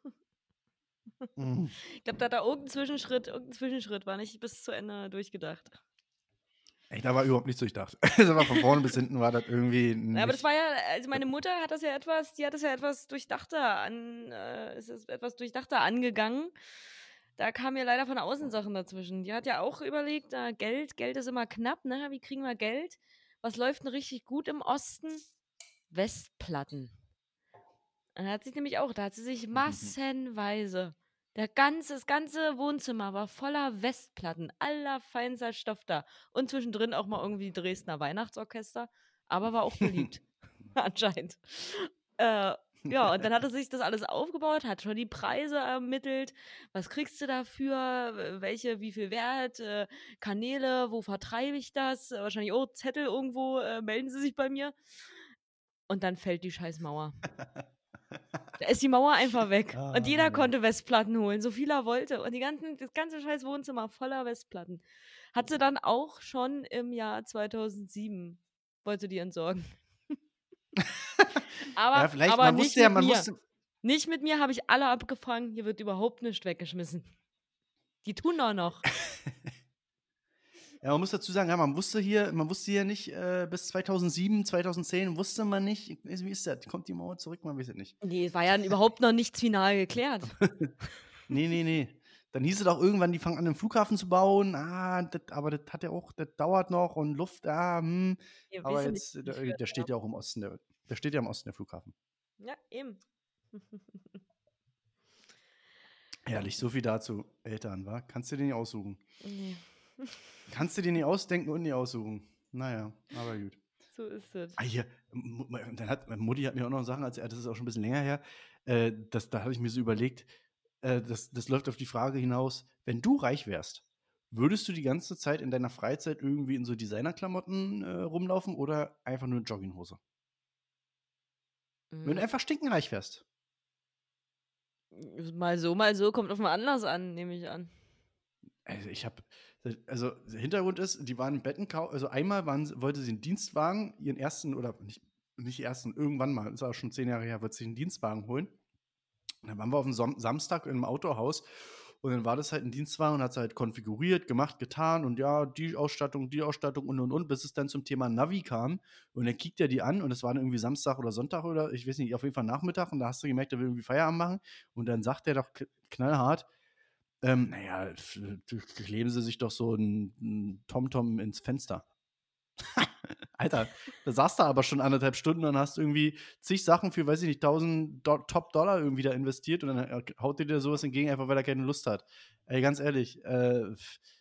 Mhm. Ich glaube, da hat er irgend 'n Zwischenschritt irgend 'n Zwischenschritt war nicht bis zu Ende durchgedacht. Ey, da war überhaupt nichts durchdacht. Also, war von vorne bis hinten war das irgendwie Ja, aber das nicht war ja also, meine Mutter hat das ja etwas die hat das ja etwas durchdachter an äh, ist es etwas durchdachter angegangen. Da kamen ja leider von außen Sachen dazwischen. Die hat ja auch überlegt, na, Geld Geld ist immer knapp, ne? Wie kriegen wir Geld? Was läuft 'n richtig gut im Osten? Westplatten. Und da hat sich nämlich auch da hat sie sich massenweise der ganze das ganze Wohnzimmer war voller Westplatten, allerfeinster Stoff da. Und zwischendrin auch mal irgendwie Dresdner Weihnachtsorchester, aber war auch beliebt, anscheinend. Äh, ja, und dann hat er sich das alles aufgebaut, hat schon die Preise ermittelt. Was kriegst du dafür? W welche wie viel Wert? Äh, Kanäle, wo vertreibe ich das? Äh, wahrscheinlich auch Zettel irgendwo, äh, melden Sie sich bei mir. Und dann fällt die scheiß Mauer. Da ist die Mauer einfach weg. Und Ah, jeder Mann. konnte Westplatten holen, so viel er wollte. Und die ganzen das ganze scheiß Wohnzimmer voller Westplatten. Hat sie dann auch schon im Jahr zweitausendsieben wollte die entsorgen. Aber Ja, vielleicht aber man nicht wusste ja mit man mir. wusste Nicht mit mir, habe ich alle abgefangen. Hier wird überhaupt nicht weggeschmissen. Die tun auch noch. Ja, man muss dazu sagen, ja, man wusste hier man wusste hier nicht, äh, bis zweitausendsieben, zweitausendzehn wusste man nicht, ich weiß nicht, wie ist das? Kommt die Mauer zurück? Man weiß es nicht. Ne, es war ja überhaupt noch nichts final geklärt. Ne, ne, ne. Dann hieß es auch irgendwann, die fangen an, 'nen Flughafen zu bauen. Ah, das aber das hat ja auch das dauert noch und Luft, ah, hm. Wir Aber wissen nicht, jetzt, wie die der führt, der ja. steht ja auch im Osten, der der steht ja im Osten, der Flughafen. Ja, eben. Herrlich, so viel dazu. Eltern, wa? Kannst du dir nicht aussuchen. Ne. Kannst du dir nicht ausdenken und nicht aussuchen. Na ja, aber gut. So ist es. Ah, hier, M M dann hat Mutti hat mir auch noch Sachen erzählt, das ist auch schon 'n bisschen länger her. Äh, das da habe ich mir so überlegt, äh, das das läuft auf die Frage hinaus, wenn du reich wärst, würdest du die ganze Zeit in deiner Freizeit irgendwie in so Designerklamotten, äh, rumlaufen oder einfach nur in Jogginghose? Wenn Hm. du einfach stinkenreich wärst. Mal so, mal so, kommt auf 'n Anlass an, nehme ich an. Also, ich habe also, der Hintergrund ist, die waren Bettenkau also, einmal waren sie wollte sie 'n Dienstwagen, ihren ersten oder nicht nicht ersten, irgendwann mal, ist auch schon zehn Jahre her, wollte sich 'n Dienstwagen holen. Und dann waren wir auf'm Som Samstag im Autohaus und dann war das halt 'n Dienstwagen und hat sie halt konfiguriert, gemacht, getan und ja, die Ausstattung, die Ausstattung und, und, und, bis es dann zum Thema Navi kam. Und dann kickt er die an und es war dann irgendwie Samstag oder Sonntag oder ich weiß nicht, auf jeden Fall Nachmittag und da hast du gemerkt, der will irgendwie Feierabend machen. Und dann sagt der doch k knallhart, ähm: „Na ja, f kleben Sie sich doch so 'n 'n TomTom ins Fenster.“ Alter, da saßt du aber schon anderthalb Stunden und hast irgendwie zig Sachen für, weiß ich nicht, tausend Do Top Dollar irgendwie da investiert und dann, äh, haut dir der so was entgegen, einfach weil er keine Lust hat. Ey, ganz ehrlich, äh,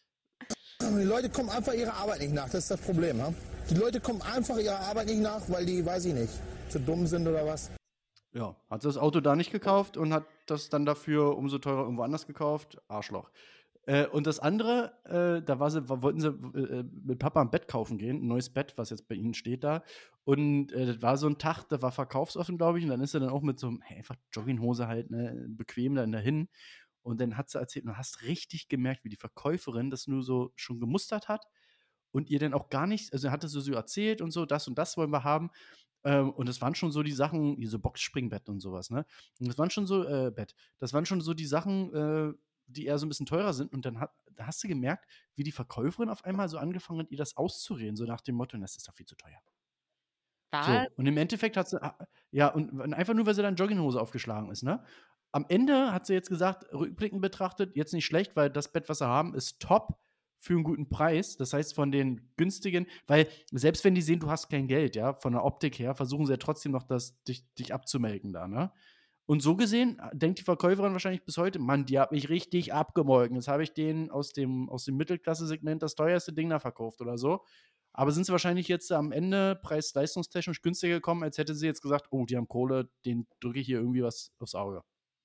Die Leute kommen einfach ihrer Arbeit nicht nach, das ist das Problem, ja? Die Leute kommen einfach ihrer Arbeit nicht nach, weil die, weiß ich nicht, zu dumm sind oder was. ja, hat sie das Auto da nicht gekauft und hat das dann dafür umso teurer irgendwo anders gekauft. Arschloch. Äh, und das andere, äh, da war sie w wollten sie äh, mit Papa 'n Bett kaufen gehen, 'n neues Bett, was jetzt bei ihnen steht da. Und, äh, das war so 'n Tag, da war verkaufsoffen, glaube ich, und dann ist sie dann auch mit so 'm hey, einfach Jogginghose halt, ne, bequem dann dahin. Und dann hat sie erzählt und du hast richtig gemerkt, wie die Verkäuferin das nur so schon gemustert hat und ihr dann auch gar nicht also, hatte sie so erzählt und so: „Das und das wollen wir haben.“ Ähm, und das waren schon so die Sachen, diese Boxspringbett und so was, ne? Und das waren schon so äh, Bett. Das waren schon so die Sachen, äh, die eher so 'n bisschen teurer sind. Und dann hat da hast du gemerkt, wie die Verkäuferin auf einmal so angefangen hat, ihr das auszureden, so nach dem Motto: „Das ist doch viel zu teuer.“ Was? So, und im Endeffekt hat sie a ja, und und einfach nur, weil sie da in Jogginghose aufgeschlagen ist, ne? Am Ende hat sie jetzt gesagt, rückblickend betrachtet, jetzt nicht schlecht, weil das Bett, was sie haben, ist top für 'n guten Preis. Das heißt, von den günstigen weil selbst wenn die sehen, du hast kein Geld, ja, von der Optik her, versuchen sie ja trotzdem noch das dich dich abzumelken da, ne? Und so gesehen, äh, denkt die Verkäuferin wahrscheinlich bis heute: „Mann, die hat mich richtig abgemolken. Jetzt habe ich denen aus dem aus dem Mittelklasse-Segment das teuerste Ding da verkauft“ oder so. Aber sind sie wahrscheinlich jetzt am Ende preis-leistungstechnisch günstiger gekommen, als hätte sie jetzt gesagt: „Oh, die haben Kohle, denen drücke ich hier irgendwie was aufs Auge.“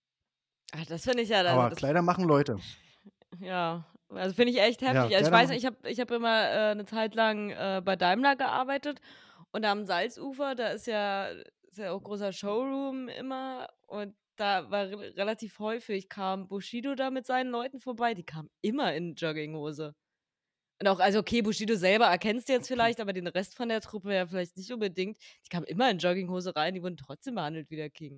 Ah, das finde ich ja also, Aber das Kleider machen Leute. ja, also, finde ich echt Ja, heftig. Also, ich Kleider weiß nicht, machen ich habe ich habe immer, äh, 'ne Zeit lang, äh, bei Daimler gearbeitet und am Salzufer, da ist ja ist ja auch großer Showroom immer und da war re relativ häufig kam Bushido da mit seinen Leuten vorbei, die kamen immer in Jogginghose. Und auch also, okay, Bushido selber erkennst du jetzt vielleicht, aber den Rest von der Truppe ja vielleicht nicht unbedingt. Die kamen immer in Jogginghose rein, die wurden trotzdem behandelt wie der King.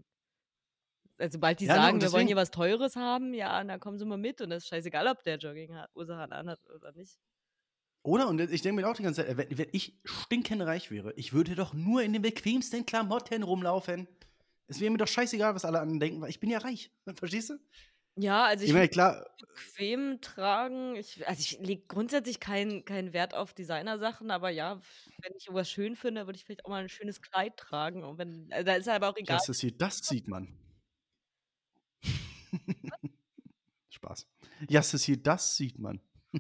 Äh, sobald die Ja, ne, und sagen: „Wir wollen hier deswegen was Teures haben“, ja, und dann kommen sie mal mit und das ist scheißegal, ob der Jogginghose anhat oder nicht. Oder? Und ich denke mir auch die ganze Zeit, äh, wenn wenn ich stinkenreich wäre, ich würde doch nur in den bequemsten Klamotten rumlaufen. Es wäre mir doch scheißegal, was alle anderen denken, weil ich bin ja reich. Verstehst du? Ja, also Ich ich meine, finde klar, bequem tragen ich also ich lege grundsätzlich keinen keinen Wert auf Designersachen, aber ja, wenn ich irgendwas schön finde, würde ich vielleicht auch mal 'n schönes Kleid tragen und wenn also da ist aber auch ja, egal. Sissy, das sieht man. Spaß. Ja, Sissy, das sieht man.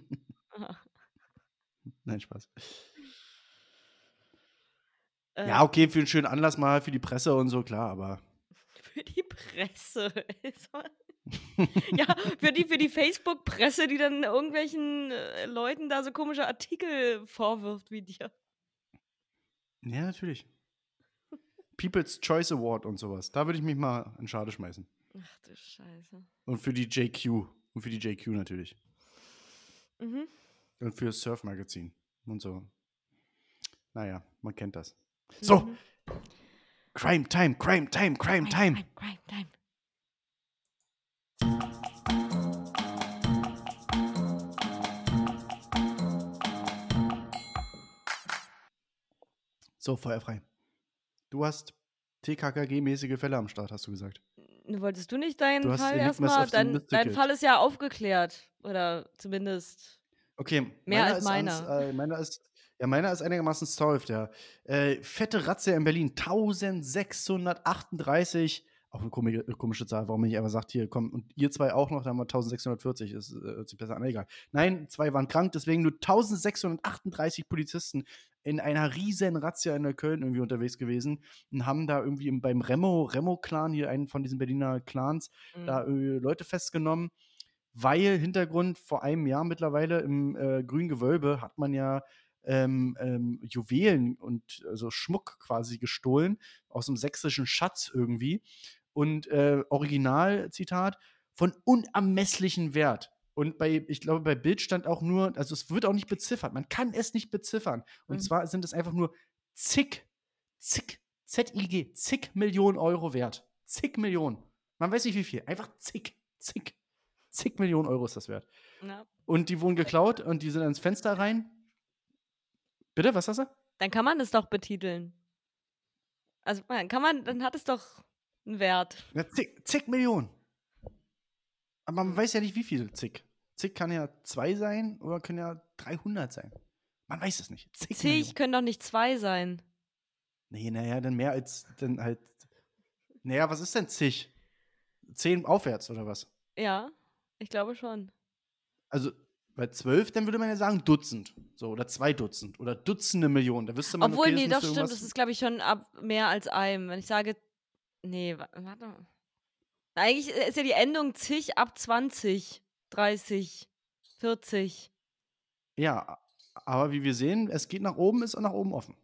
Nein, Spaß. Äh, Ja, okay, für 'n schönen Anlass mal, für die Presse und so, klar, aber für die Presse. Ist mal ja, für die für die Facebook-Presse, die dann irgendwelchen, äh, Leuten da so komische Artikel vorwirft wie dir. Ja, natürlich. People's Choice Award und so was. Da würde ich mich mal in Schade schmeißen. Ach du Scheiße. Und für die J Q. Und für die J Q natürlich. Mhm. Und für das Surf-Magazin und so. Na ja, man kennt das. So, Mhm. Crime Time, Crime Time, Crime Crime, Time. Crime, Crime Time. So, feuerfrei. Du hast T K K G-mäßige Fälle am Start, hast du gesagt. N wolltest du nicht Du deinen hast Fall erst Enigmas mal of the dein dein Mystical. Fall ist ja aufgeklärt oder zumindest Okay, mehr meiner als ist ans meiner. äh, meiner ist ja, meiner ist einigermaßen solved, ja. Äh, fette Razzia in Berlin, tausendsechshundertachtunddreißig. Auch 'ne komi äh, komische Zahl, warum man nicht einfach sagt: „Hier, komm, und ihr zwei auch noch“, dann haben wir tausendsechshundertvierzig. Das, äh, hört sich besser an, egal. Nein, zwei waren krank, deswegen nur tausendsechshundertachtunddreißig Polizisten in einer riesen Razzia in Neukölln irgendwie unterwegs gewesen und haben da irgendwie im beim Remo Remo-Clan, hier einen von diesen Berliner Clans, da, Mhm. äh, Leute festgenommen, weil Hintergrund vor einem Jahr mittlerweile im, äh, Grünen Gewölbe hat man ja, ähm, ähm, Juwelen und also Schmuck quasi gestohlen aus'm sächsischen Schatz irgendwie und, äh, Originalzitat: „Von unermesslichen Wert.“ Und bei ich glaube, bei Bild stand auch nur also es wird auch nicht beziffert. Man kann es nicht beziffern. Und Mhm. zwar sind es einfach nur zig, zig, Z I G, zig Millionen Euro wert. Zig Millionen. Man weiß nicht wie viel. Einfach zig, zig, zig Millionen Euro ist das wert. Ja. Und die wurden geklaut und die sind ans Fenster rein. Bitte, was sagst du? Dann kann man das doch betiteln. Also, man kann man dann hat es doch 'n Wert. Ja, zig zig Millionen. Aber man Hm. weiß ja nicht, wie viel zig. Zig kann ja zwei sein oder können ja dreihundert sein. Man weiß es nicht. Zig Zig Millionen. können doch nicht zwei sein. Ne, na ja, dann mehr als dann halt na ja, was ist denn zig? zehn aufwärts oder was? Ja, ich glaube schon. Also, bei zwölf, dann würde man ja sagen Dutzend, so oder zwei Dutzend oder Dutzende Millionen. Da wüsste man, Obwohl, okay, das ne, doch müsste stimmt, das irgendwas ist, glaube ich, schon ab mehr als einem. Wenn ich sage ne, wa warte mal. Eigentlich i ist ja die Endung zig ab zwanzig, dreißig, vierzig. Ja, a aber wie wir sehen, es geht nach oben, ist auch nach oben offen.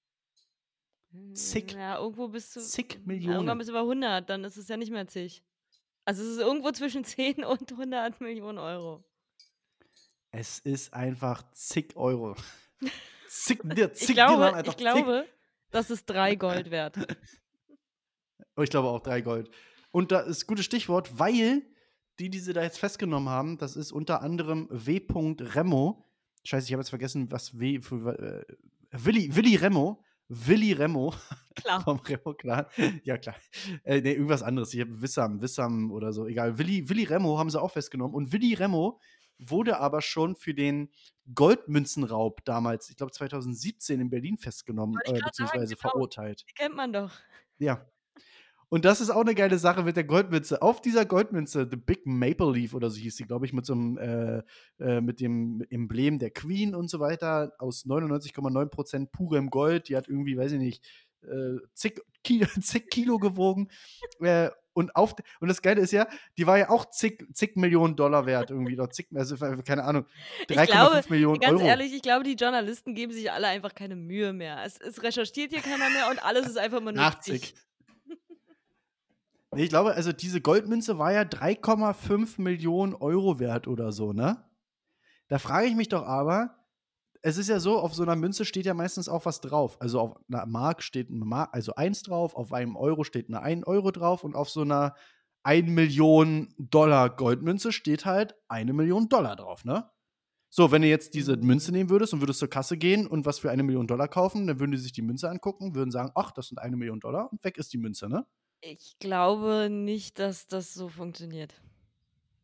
Hm, Zig, ja, irgendwo bist du zig ja, irgendwann Millionen. bist du bei hundert, dann ist es ja nicht mehr zig. Also, es ist irgendwo zwischen zehn und hundert Millionen Euro. Es ist einfach zig Euro. Zig dir Ich zig dir glaube waren ich einfach zig. glaube, das ist drei Gold wert. Oh, ich glaube auch drei Gold. Und da ist gutes Stichwort, weil die, die sie da jetzt festgenommen haben, das ist unter anderem W. Remo. Scheiße, ich habe jetzt vergessen, was W für äh, Willi Willi Remo. Willi Remo Klar. vom Remo-Clan. Ja, klar. Äh, ne, irgendwas anderes. Ich habe Wissam, Wissam oder so, egal. Willi Willi Remo haben sie auch festgenommen. Und Willi Remo wurde aber schon für den Goldmünzenraub damals, ich glaube zweitausendsiebzehn in Berlin festgenommen, Wollte ich äh, grad sagen, beziehungsweise genau. verurteilt. Die kennt man doch. Ja. Und das ist auch 'ne geile Sache mit der Goldmünze. Auf dieser Goldmünze, The Big Maple Leaf oder so hieß die, glaube ich, mit so 'nem äh, äh, mit dem Emblem der Queen und so weiter aus neunundneunzig Komma neun Prozent purem Gold. Die hat irgendwie, weiß ich nicht, äh, zig Ki zig Kilo gewogen. Äh, und auf d und das Geile ist ja, die war ja auch zig zig Millionen Dollar wert irgendwie oder zig also, keine Ahnung, Ich drei Komma glaube, fünf Millionen ganz Euro. ehrlich, ich glaube, die Journalisten geben sich alle einfach keine Mühe mehr. Es es recherchiert hier keiner mehr und alles ist einfach immer nur achtzig. zig. Ne, ich glaube, also diese Goldmünze war ja drei Komma fünf Millionen Euro wert oder so, ne? Da frage ich mich doch aber, es ist ja so, auf so 'ner Münze steht ja meistens auch was drauf. Also, auf 'ner Mark steht 'n Ma also eins drauf, auf einem Euro steht 'ne ein Euro drauf und auf so 'ner eine Million Dollar Goldmünze steht halt eine Million Dollar drauf, ne? So, wenn du jetzt diese Münze Mhm. nehmen würdest und würdest zur Kasse gehen und was für eine Million Dollar kaufen, dann würden die sich die Münze angucken, würden sagen: „Ach, das sind eine Million Dollar“ und weg ist die Münze, ne? Ich glaube nicht, dass das so funktioniert.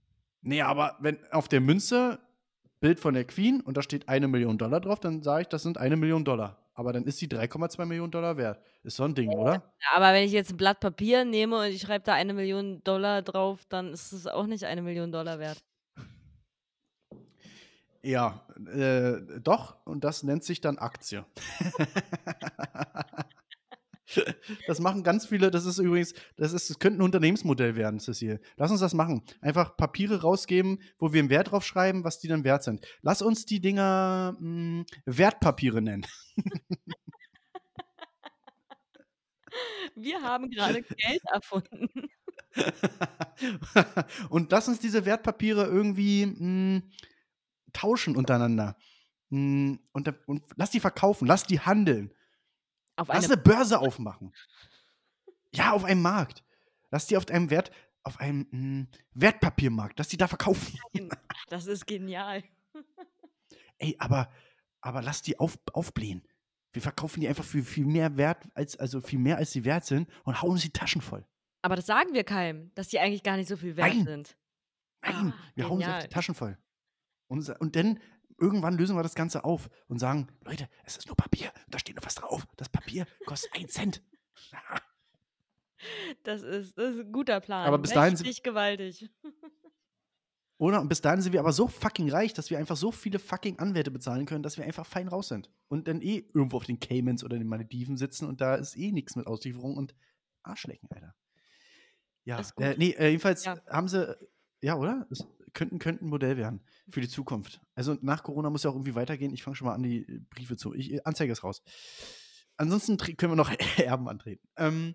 Nee, aber wenn auf der Münze Bild von der Queen und da steht eine Million Dollar drauf, dann sage ich, das sind eine Million Dollar. Aber dann ist die drei Komma zwei Millionen Dollar wert. Ist so ein Ding, oder? Aber wenn ich jetzt ein Blatt Papier nehme und ich schreibe da eine Million Dollar drauf, dann ist es auch nicht eine Million Dollar wert. Ja, äh, doch. Und das nennt sich dann Aktie. Das machen ganz viele, das ist übrigens, das ist, das könnte ein Unternehmensmodell werden, Cecil. Lass uns das machen. Einfach Papiere rausgeben, wo wir einen Wert drauf schreiben, was die dann wert sind. Lass uns die Dinger mh, Wertpapiere nennen. Wir haben gerade Geld erfunden. Und lass uns diese Wertpapiere irgendwie mh, tauschen untereinander. Mh, und, da- und lass die verkaufen, lass die handeln. Auf Lass eine eine Börse aufmachen. Ja, auf einem Markt. Lass die auf einem Wert, auf einem mh, Wertpapiermarkt, lass die da verkaufen. Ach, das ist genial. Ey, aber, aber lass die auf, aufblähen. Wir verkaufen die einfach für viel mehr Wert, als, also viel mehr als sie wert sind und hauen uns die Taschen voll. Aber das sagen wir keinem, dass die eigentlich gar nicht so viel wert Nein. sind. Nein, Ah, wir hauen sie auf genial. die Taschen voll. Und, sa- und dann irgendwann lösen wir das Ganze auf und sagen, Leute, es ist nur Papier, da steht noch was drauf. Das Papier kostet einen Cent. Das ist, das ist ein guter Plan. Aber bis dahin sind- Mächtig gewaltig. Oder? Und bis dahin sind wir aber so fucking reich, dass wir einfach so viele fucking Anwälte bezahlen können, dass wir einfach fein raus sind. Und dann eh irgendwo auf den Caymans oder den Malediven sitzen und da ist eh nichts mit Auslieferung und Arschlecken, Alter. Ja, Ist gut. äh, nee, äh, jedenfalls Ja. haben sie, ja, oder? Es könnte, könnte ein Modell werden für die Zukunft. Also nach Corona muss ja auch irgendwie weitergehen. Ich fange schon mal an, die Briefe zu. Ich, äh, Anzeige ist raus. Ansonsten tre- können wir noch Erben antreten. Ähm,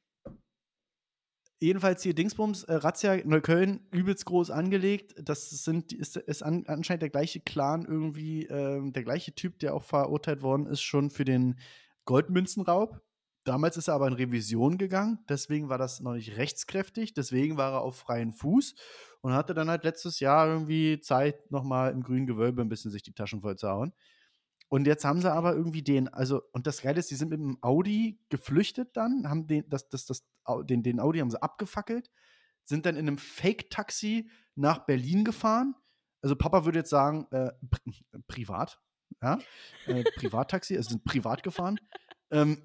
jedenfalls hier Dingsbums, äh, Razzia Neukölln, übelst groß angelegt. Das sind, ist, ist an, anscheinend der gleiche Clan irgendwie, ähm, der gleiche Typ, der auch verurteilt worden ist, schon für den Goldmünzenraub. Damals ist er aber in Revision gegangen, deswegen war das noch nicht rechtskräftig, deswegen war er auf freien Fuß und hatte dann halt letztes Jahr irgendwie Zeit, nochmal im grünen Gewölbe ein bisschen sich die Taschen voll zu hauen. Und jetzt haben sie aber irgendwie den, also, und das Geile ist, die sind mit dem Audi geflüchtet dann, haben den, das, das, das, Au- den, den Audi haben sie abgefackelt, sind dann in einem Fake-Taxi nach Berlin gefahren. Also Papa würde jetzt sagen, äh, pri privat, ja, äh, Privattaxi, also sind privat gefahren. Ähm,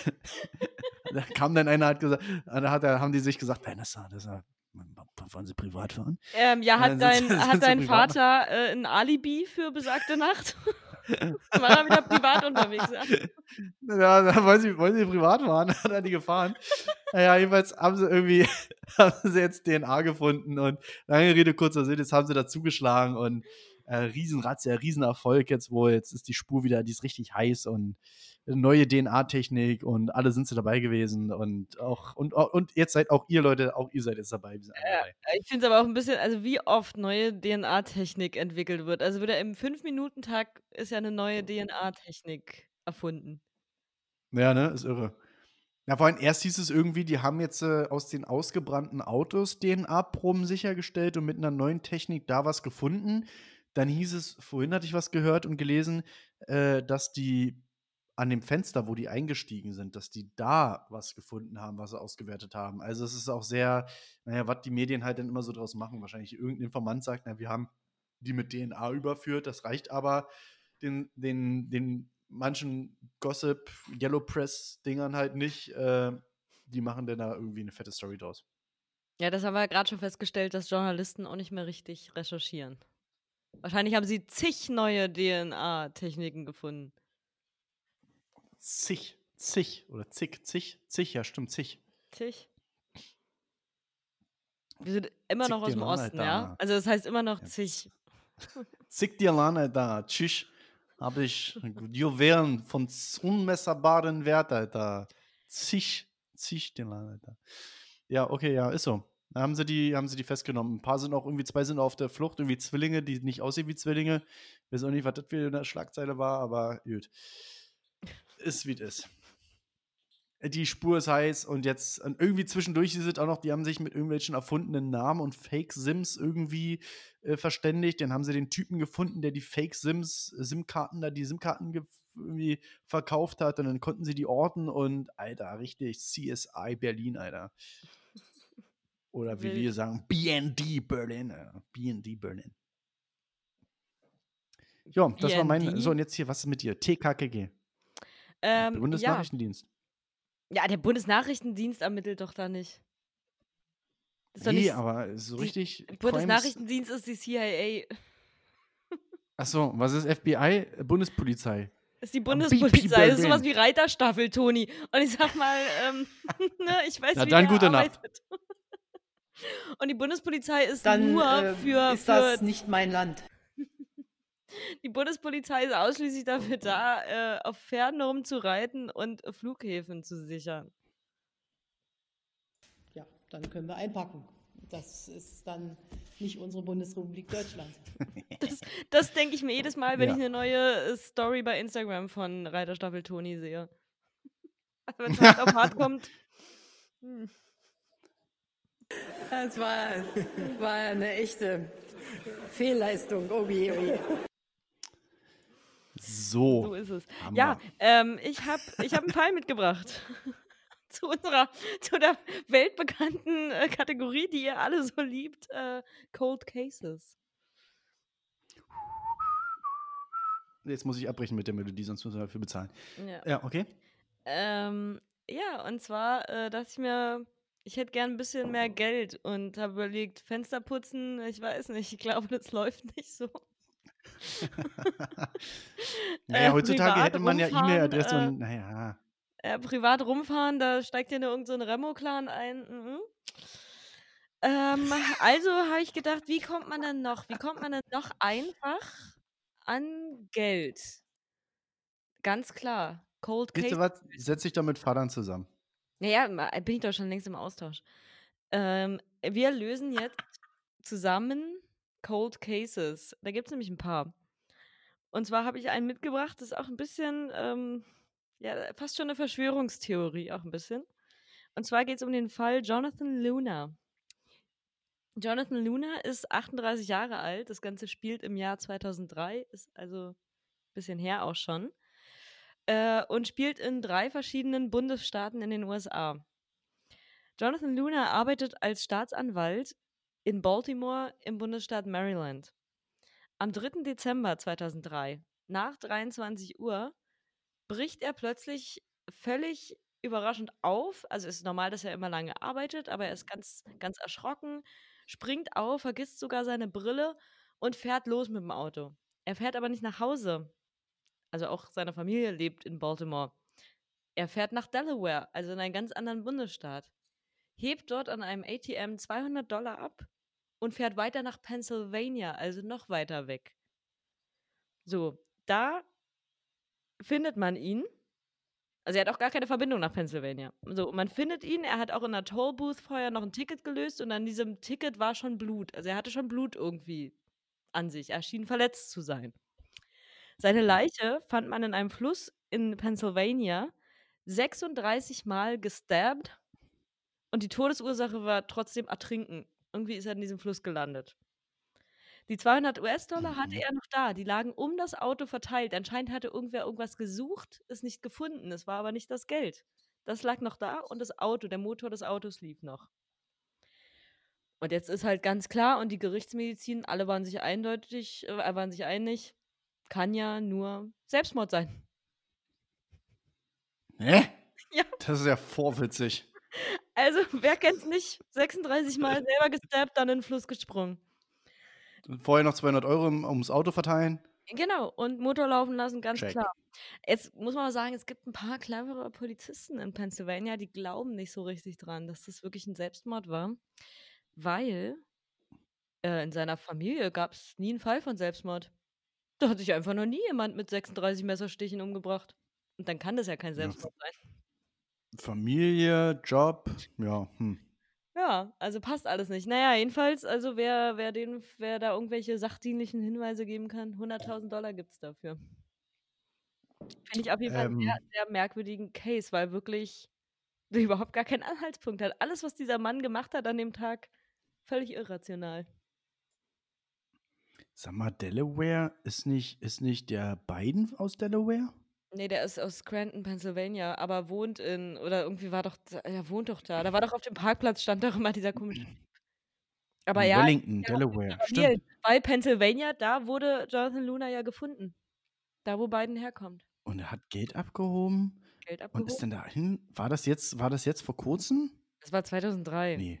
da kam dann einer, hat gesagt, da hat, er- haben die sich gesagt, nein, das, war- das war, wollen Sie privat fahren? Ähm, ja, Und hat dann dein, sind sie- sind hat sie dein privat Vater äh, ein Alibi für besagte Nacht? War er wieder privat unterwegs? Ja? Ja, da wollen sie, wollen sie privat fahren, hat er die gefahren. Naja, jedenfalls haben sie irgendwie, haben sie jetzt D N A gefunden und lange Rede, kurzer Sinn, jetzt haben sie da zugeschlagen und äh, Riesenrazzia, Riesenerfolg jetzt wohl, jetzt ist die Spur wieder, die ist richtig heiß und neue D N A-Technik und alle sind sie dabei gewesen und auch, und, und jetzt seid auch ihr Leute, auch ihr seid jetzt dabei, wir sind alle dabei. Ich finde es aber auch ein bisschen, also wie oft neue D N A-Technik entwickelt wird. Also wieder im fünf-Minuten-Tag ist ja eine neue D N A-Technik erfunden. Ja, ne, ist irre. Ja, vor allem erst hieß es irgendwie, die haben jetzt äh, aus den ausgebrannten Autos D N A-Proben sichergestellt und mit einer neuen Technik da was gefunden. Dann hieß es, vorhin hatte ich was gehört und gelesen, äh, dass die an dem Fenster, wo die eingestiegen sind, dass die da was gefunden haben, was sie ausgewertet haben. Also es ist auch sehr, naja, was die Medien halt dann immer so draus machen. Wahrscheinlich irgendein Informant sagt, na, wir haben die mit D N A überführt, das reicht aber den, den, den manchen Gossip, Yellow Press-Dingern halt nicht. Äh, die machen dann da irgendwie eine fette Story draus. Ja, das haben wir ja gerade schon festgestellt, dass Journalisten auch nicht mehr richtig recherchieren. Wahrscheinlich haben sie zig neue D N A-Techniken gefunden. Zig, zig oder zig, zig, zig, ja, stimmt, zig. Zig. Wir sind immer Zig noch aus dem D N A, Osten, Alter. ja? Also das heißt immer noch Ja, zig. Zig dir Lana da, tschüss, habe ich Juwelen von unmesserbaren Wert, Alter. Zig, zig dir Lana, Alter. Ja, okay, ja, ist so. Da haben sie die, haben sie die festgenommen. Ein paar sind auch irgendwie, zwei sind auf der Flucht, irgendwie Zwillinge, die nicht aussehen wie Zwillinge. Ich weiß auch nicht, was das für eine Schlagzeile war, aber gut. Ist wie es ist. Die Spur ist heiß und jetzt und irgendwie zwischendurch ist es auch noch, die haben sich mit irgendwelchen erfundenen Namen und Fake-Sims irgendwie äh, verständigt. Dann haben sie den Typen gefunden, der die Fake-Sims, SIM-Karten, da die SIM-Karten ge- irgendwie verkauft hat und dann konnten sie die orten und, Alter, richtig C S I Berlin, Alter. Oder wie Wild. wir sagen, B N D Berlin. äh, B N D Berlin. Ja, das war mein. So, und B N D? jetzt hier, was ist mit dir? T K K G. Ähm, ja. Bundesnachrichtendienst. Ja, der Bundesnachrichtendienst ermittelt doch da nicht. Das ist doch Nee, nicht. aber so Die richtig Crimes. Bundesnachrichtendienst ist die C I A. Achso, was ist F B I? Äh, Bundespolizei. Das ist die Am B P Bundespolizei. Das ist sowas Berlin. wie Reiterstaffel, Toni. Und ich sag mal, ähm, ne, ich weiß, Na wie dann, der gute Nacht. arbeitet. Und die Bundespolizei ist Dann nur äh, für, ist für das nicht mein Land. die Bundespolizei ist ausschließlich dafür da, äh, auf Pferden rumzureiten und Flughäfen zu sichern. Ja, dann können wir einpacken. Das ist dann nicht unsere Bundesrepublik Deutschland. Das, das denke ich mir jedes Mal, wenn Ja. ich eine neue äh, Story bei Instagram von Reiterstaffel Toni sehe. Wenn es hart auf hart kommt. Hm. Das war, war eine echte Fehlleistung. Oh je, oh je. So. So ist es. Hammer. Ja, ähm, ich habe ich hab einen Fall mitgebracht. zu unserer, zu der weltbekannten äh, Kategorie, die ihr alle so liebt, äh, Cold Cases. Jetzt muss ich abbrechen mit der Melodie, sonst müssen wir dafür bezahlen. Ja, Ja, okay. ähm, ja und zwar äh, dachte ich mir, ich hätte gern ein bisschen mehr Geld und habe überlegt, Fenster putzen, ich weiß nicht, ich glaube, das läuft nicht so. Naja, Äh, heutzutage privat hätte man ja rumfahren, E-Mail-Adresse äh, und, naja. äh, privat rumfahren, da steigt ja nur irgend so ein Remo-Clan ein. Mhm. Ähm, also habe ich gedacht, wie kommt man denn noch, wie kommt man denn noch einfach an Geld? Ganz klar, Cold Wisst Case. ihr was? Setz dich doch mit Vatern zusammen. Naja, ma- bin ich doch schon längst im Austausch. Ähm, wir lösen jetzt zusammen Cold Cases. Da gibt es nämlich ein paar. Und zwar habe ich einen mitgebracht, das ist auch ein bisschen, ähm, ja, fast schon eine Verschwörungstheorie, auch ein bisschen. Und zwar geht es um den Fall Jonathan Luna. Jonathan Luna ist achtunddreißig Jahre alt. Das Ganze spielt im Jahr zweitausenddrei, ist also ein bisschen her auch schon. Äh, und spielt in drei verschiedenen Bundesstaaten in den U S A. Jonathan Luna arbeitet als Staatsanwalt in Baltimore im Bundesstaat Maryland. Am dritten Dezember zweitausenddrei, nach dreiundzwanzig Uhr, bricht er plötzlich völlig überraschend auf. Also es ist normal, dass er immer lange arbeitet, aber er ist ganz, ganz erschrocken, springt auf, vergisst sogar seine Brille und fährt los mit dem Auto. Er fährt aber nicht nach Hause. Also auch seine Familie lebt in Baltimore. Er fährt nach Delaware, also in einen ganz anderen Bundesstaat. Hebt dort an einem A T M zweihundert Dollar ab und fährt weiter nach Pennsylvania, also noch weiter weg. So, da findet man ihn. Also er hat auch gar keine Verbindung nach Pennsylvania. So, man findet ihn, er hat auch in der Tollbooth vorher noch ein Ticket gelöst und an diesem Ticket war schon Blut. Also er hatte schon Blut irgendwie an sich. Er schien verletzt zu sein. Seine Leiche fand man in einem Fluss in Pennsylvania sechsunddreißig Mal gestabbt und die Todesursache war trotzdem Ertrinken. Irgendwie ist er in diesem Fluss gelandet. Die zweihundert US-Dollar hatte Mhm. er noch da. Die lagen um das Auto verteilt. Anscheinend hatte irgendwer irgendwas gesucht, es nicht gefunden. Es war aber nicht das Geld. Das lag noch da und das Auto, der Motor des Autos lief noch. Und jetzt ist halt ganz klar, und die Gerichtsmedizin, alle waren sich eindeutig, äh, waren sich einig, kann ja nur Selbstmord sein. Hä? Ja. Das ist ja vorwitzig. Also, wer kennt's nicht? sechsunddreißig Mal selber gestabbt, dann in den Fluss gesprungen. Und vorher noch zweihundert Euro um- ums Auto verteilen. Genau, und Motor laufen lassen, ganz Check. klar. Jetzt muss man mal sagen, es gibt ein paar clevere Polizisten in Pennsylvania, die glauben nicht so richtig dran, dass das wirklich ein Selbstmord war, weil äh, in seiner Familie gab es nie einen Fall von Selbstmord. Da hat sich einfach noch nie jemand mit sechsunddreißig Messerstichen umgebracht. Und dann kann das ja kein Ja, Selbstmord sein. Familie, Job, ja, hm. Ja, also passt alles nicht. Naja, jedenfalls, also wer, wer, den, wer da irgendwelche sachdienlichen Hinweise geben kann, hunderttausend Dollar gibt es dafür. Finde ich auf jeden Fall einen sehr, Ähm, sehr merkwürdigen Case, weil wirklich überhaupt gar keinen Anhaltspunkt hat. Alles, was dieser Mann gemacht hat an dem Tag, völlig irrational. sag mal, Delaware ist nicht, ist nicht der Biden aus Delaware? Nee, der ist aus Scranton, Pennsylvania, aber wohnt in oder irgendwie war doch da er wohnt doch da. Da war doch auf dem Parkplatz stand doch immer dieser komische Typ. Aber In ja, Wellington, der hat gute Delaware. Familien, Stimmt. weil Pennsylvania, da wurde Jonathan Luna ja gefunden. Da, wo Biden herkommt. Und er hat Geld abgehoben Geld und ist abgehoben? dann dahin war das jetzt war das jetzt vor Kurzem? Das war zweitausenddrei. Ne.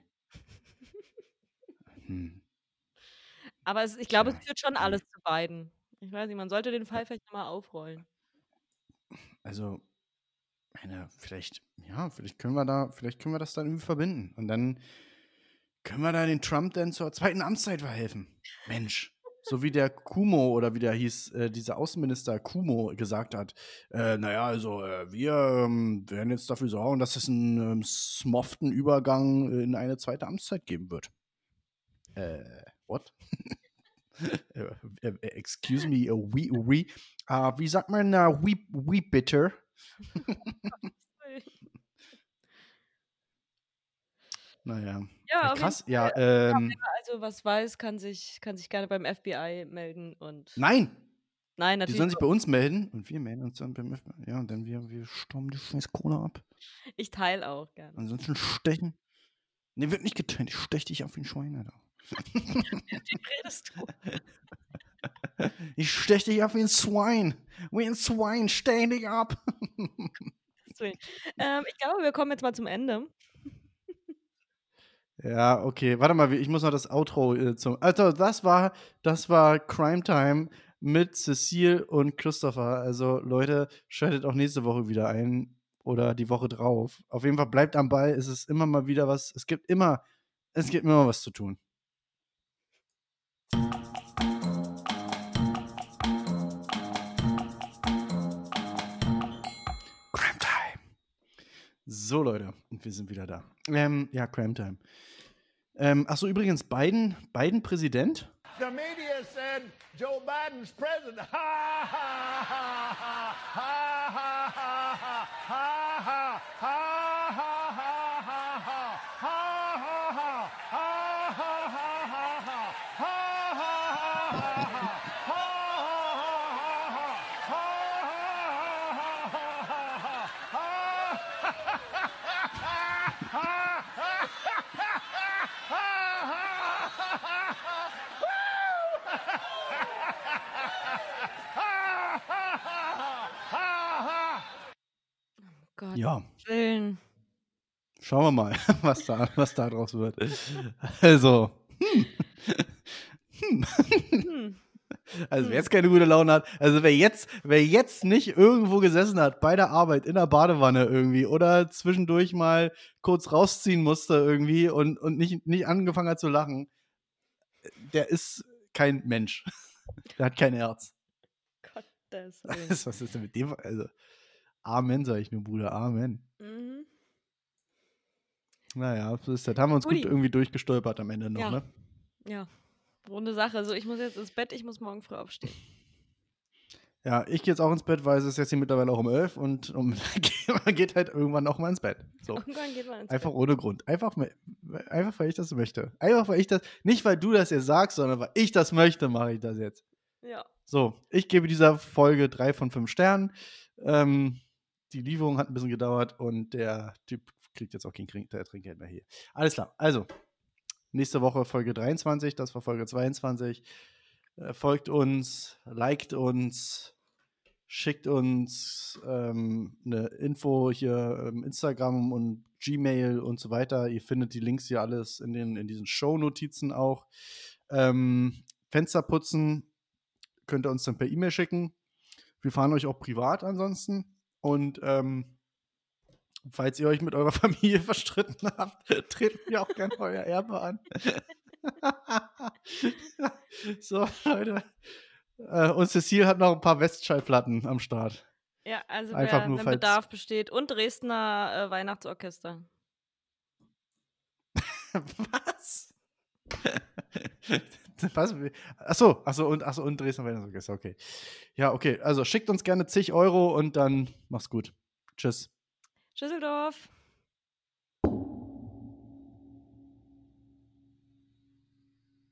Hm. Aber es ich glaube, Tja, es führt schon ey. alles zu Biden. Ich weiß nicht, man sollte den Fall vielleicht noch mal aufrollen. Also, meine, vielleicht ja, vielleicht können wir da vielleicht können wir das dann irgendwie verbinden. Und dann können wir da den Trump dann zur zweiten Amtszeit verhelfen. Mensch, so wie der Cuomo oder wie der hieß, äh, dieser Außenminister Cuomo gesagt hat, äh, na ja, also, äh, wir, ähm, werden jetzt dafür sorgen, dass es 'n, ähm, smoften Übergang in eine zweite Amtszeit geben wird. Äh, what? Äh, äh, excuse me, äh, wie wie äh, wie sagt man, äh, wie wie bitte? Na ja. Ja, Ja, auf jeden krass. Fall. Ja, Also, ja, ähm wer also was weiß, kann sich kann sich gerne beim F B I melden und Nein! Nein, Die natürlich sollen sich bei bei uns. uns melden und wir melden uns dann beim F B I. Ja, und dann wir wir stauben die scheiß Kohle ab. Ich teile auch gerne. Ansonsten stechen ne, wird nicht geteilt. Ich steche dich auf wie 'n Schwein, Alter. Mit wem redest du? Ich steche dich ab wie 'n Swine. Wie 'n Swine, stech dich ab. Deswegen. Ähm, ich glaube, wir kommen jetzt mal zum Ende. Ja, okay. Warte mal, ich muss noch das Outro, äh, zum also, das war das war Crime Time mit Cecile und Christopher. Also, Leute, schaltet auch nächste Woche wieder ein oder die Woche drauf. Auf jeden Fall bleibt am Ball. Es ist immer mal wieder was es gibt immer es gibt immer was zu tun. Crime Time. So, Leute, und wir sind wieder da. Ähm, ja, Crime Time. Ähm, ach so, übrigens, Biden Biden Präsident? The media said Joe Biden's president. Ha ha ha ha ha ha ha ha ha ha ha Gott Ja. Willen. Schauen wir mal, was da was da draus wird. Also, hm. Hm. Hm. Also, wer Hm. jetzt keine gute Laune hat also, wer jetzt wer jetzt nicht irgendwo gesessen hat bei der Arbeit in der Badewanne irgendwie oder zwischendurch mal kurz rausziehen musste irgendwie und und nicht nicht angefangen hat zu lachen, äh, der ist kein Mensch. Der hat kein Herz. Gottes Willen. Was was ist denn mit dem also, Amen, sage ich nur, Bruder, Amen. Mhm. Na ja, so ist das. Haben wir uns gut Guti. irgendwie durchgestolpert am Ende noch, Ja. ne? Ja. Runde Sache. Also, ich muss jetzt ins Bett, ich muss morgen früh aufstehen. Ja, ich gehe jetzt auch ins Bett, weil es ist jetzt hier mittlerweile auch um elf und um man geht halt irgendwann auch mal ins Bett. So. Irgendwann geht man ins Einfach Bett. ohne Grund. Einfach, me- einfach, weil ich das möchte. Einfach, weil ich das, nicht weil du das jetzt sagst, sondern weil ich das möchte, mache ich das jetzt. Ja. So, ich gebe dieser Folge drei von fünf Sternen. Ähm, die Lieferung hat ein bisschen gedauert und der Typ kriegt jetzt auch kein Trink- äh, Trinkgeld mehr hier. Alles klar, also, nächste Woche Folge dreiundzwanzig, das war Folge zweiundzwanzig. Äh, folgt uns, liked uns, schickt uns ähm, eine Info hier ähm, Instagram und Gmail und so weiter. Ihr findet die Links hier alles in, den, in diesen Show-Notizen auch. Ähm, Fenster putzen könnt ihr uns dann per E-Mail schicken. Wir fahren euch auch privat ansonsten. Und ähm, falls ihr euch mit eurer Familie verstritten habt, treten wir auch gerne euer Erbe an. So, Leute. Äh, und Cecile hat noch ein paar Westschallplatten am Start. Ja, also Einfach wer, nur, wenn falls- Bedarf besteht. Und Dresdner äh, Weihnachtsorchester. Was? Was? Achso, achso, und, achso, und Dresdner Weihnachtsorchester, okay. Ja, okay, also schickt uns gerne zig Euro und dann mach's gut. Tschüss. Schüsseldorf.